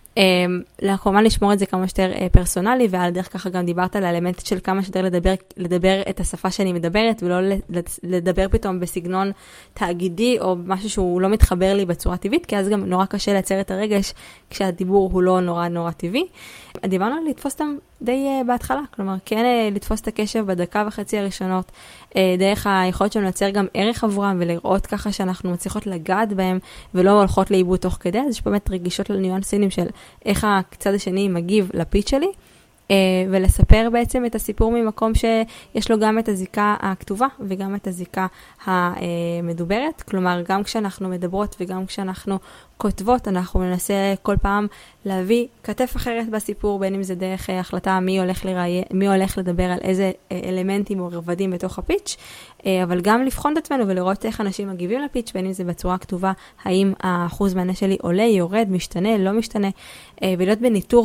כמובן לשמור את זה כמה שיותר פרסונלי, ועל דרך ככה גם דיברת על האלמנט של כמה שיותר לדבר, לדבר את השפה שאני מדברת, ולא לדבר פתאום בסגנון תאגידי, או משהו שהוא לא מתחבר לי בצורה טבעית, כי אז גם נורא קשה לייצר את הרגש, כשהדיבור הוא לא נורא נורא טבעי. דיברנו על לתפוס אותם די בהתחלה, כלומר כן לתפוס את הקשב בדקה וחצי הראשונות, דרך היכולת שלנו לייצר גם ערך עבורם, ולראות ככה שאנחנו מצליחות לגעת בהם, ולא הולכות לאיבוד תוך כדי, אז יש באמת רגישות לניואנסים של איך הצד השני מגיב לפיץ' שלי, ולספר בעצם את הסיפור ממקום שיש לו גם את הזיקה הכתובה וגם את הזיקה המדוברת, כלומר גם כשאנחנו מדברות וגם כשאנחנו כותבות, אנחנו ננסה כל פעם להביא כתף אחרת בסיפור, בין אם זה דרך החלטה מי הולך לראיין, מי הולך לדבר על איזה אלמנטים או רבדים בתוך הפיץ', אבל גם לבחון את עצמנו ולראות איך אנשים מגיבים לפיץ', בין אם זה בצורה כתובה, האם האחוז מענה שלי עולה, יורד, משתנה, לא משתנה, ולהיות בניטור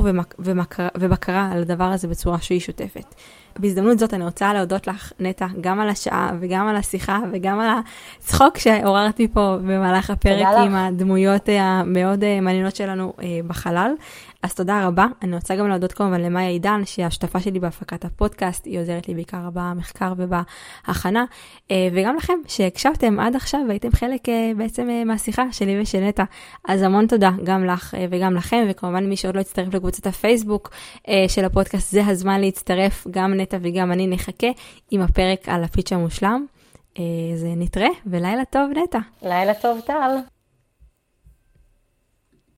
ובקרה על הדבר הזה בצורה שהיא שוטפת. בהזדמנות זאת אני רוצה להודות לך, נטע, גם על השעה וגם על השיחה וגם על הצחוק שעוררת לי פה במהלך הפרק עם הדמויות המאוד מעניינות שלנו בחלל. אז תודה רבה. אני רוצה גם להודות כמובן למאיה עידן, שהיא השותפה שלי בהפקת הפודקאסט, היא עוזרת לי בעיקר במחקר ובהכנה, וגם לכם שהקשבתם עד עכשיו והייתם חלק בעצם מהשיחה שלי ושל נטע. אז המון תודה גם לך וגם לכם, וכמובן מי שעוד לא יצטרף לקבוצת הפייסבוק של הפודקאסט, זה הזמן להצטרף, גם נטע וגם אני נחכה עם הפרק על הפיץ' המושלם. אז נתראה, ולילה טוב נטע. לילה טוב טל.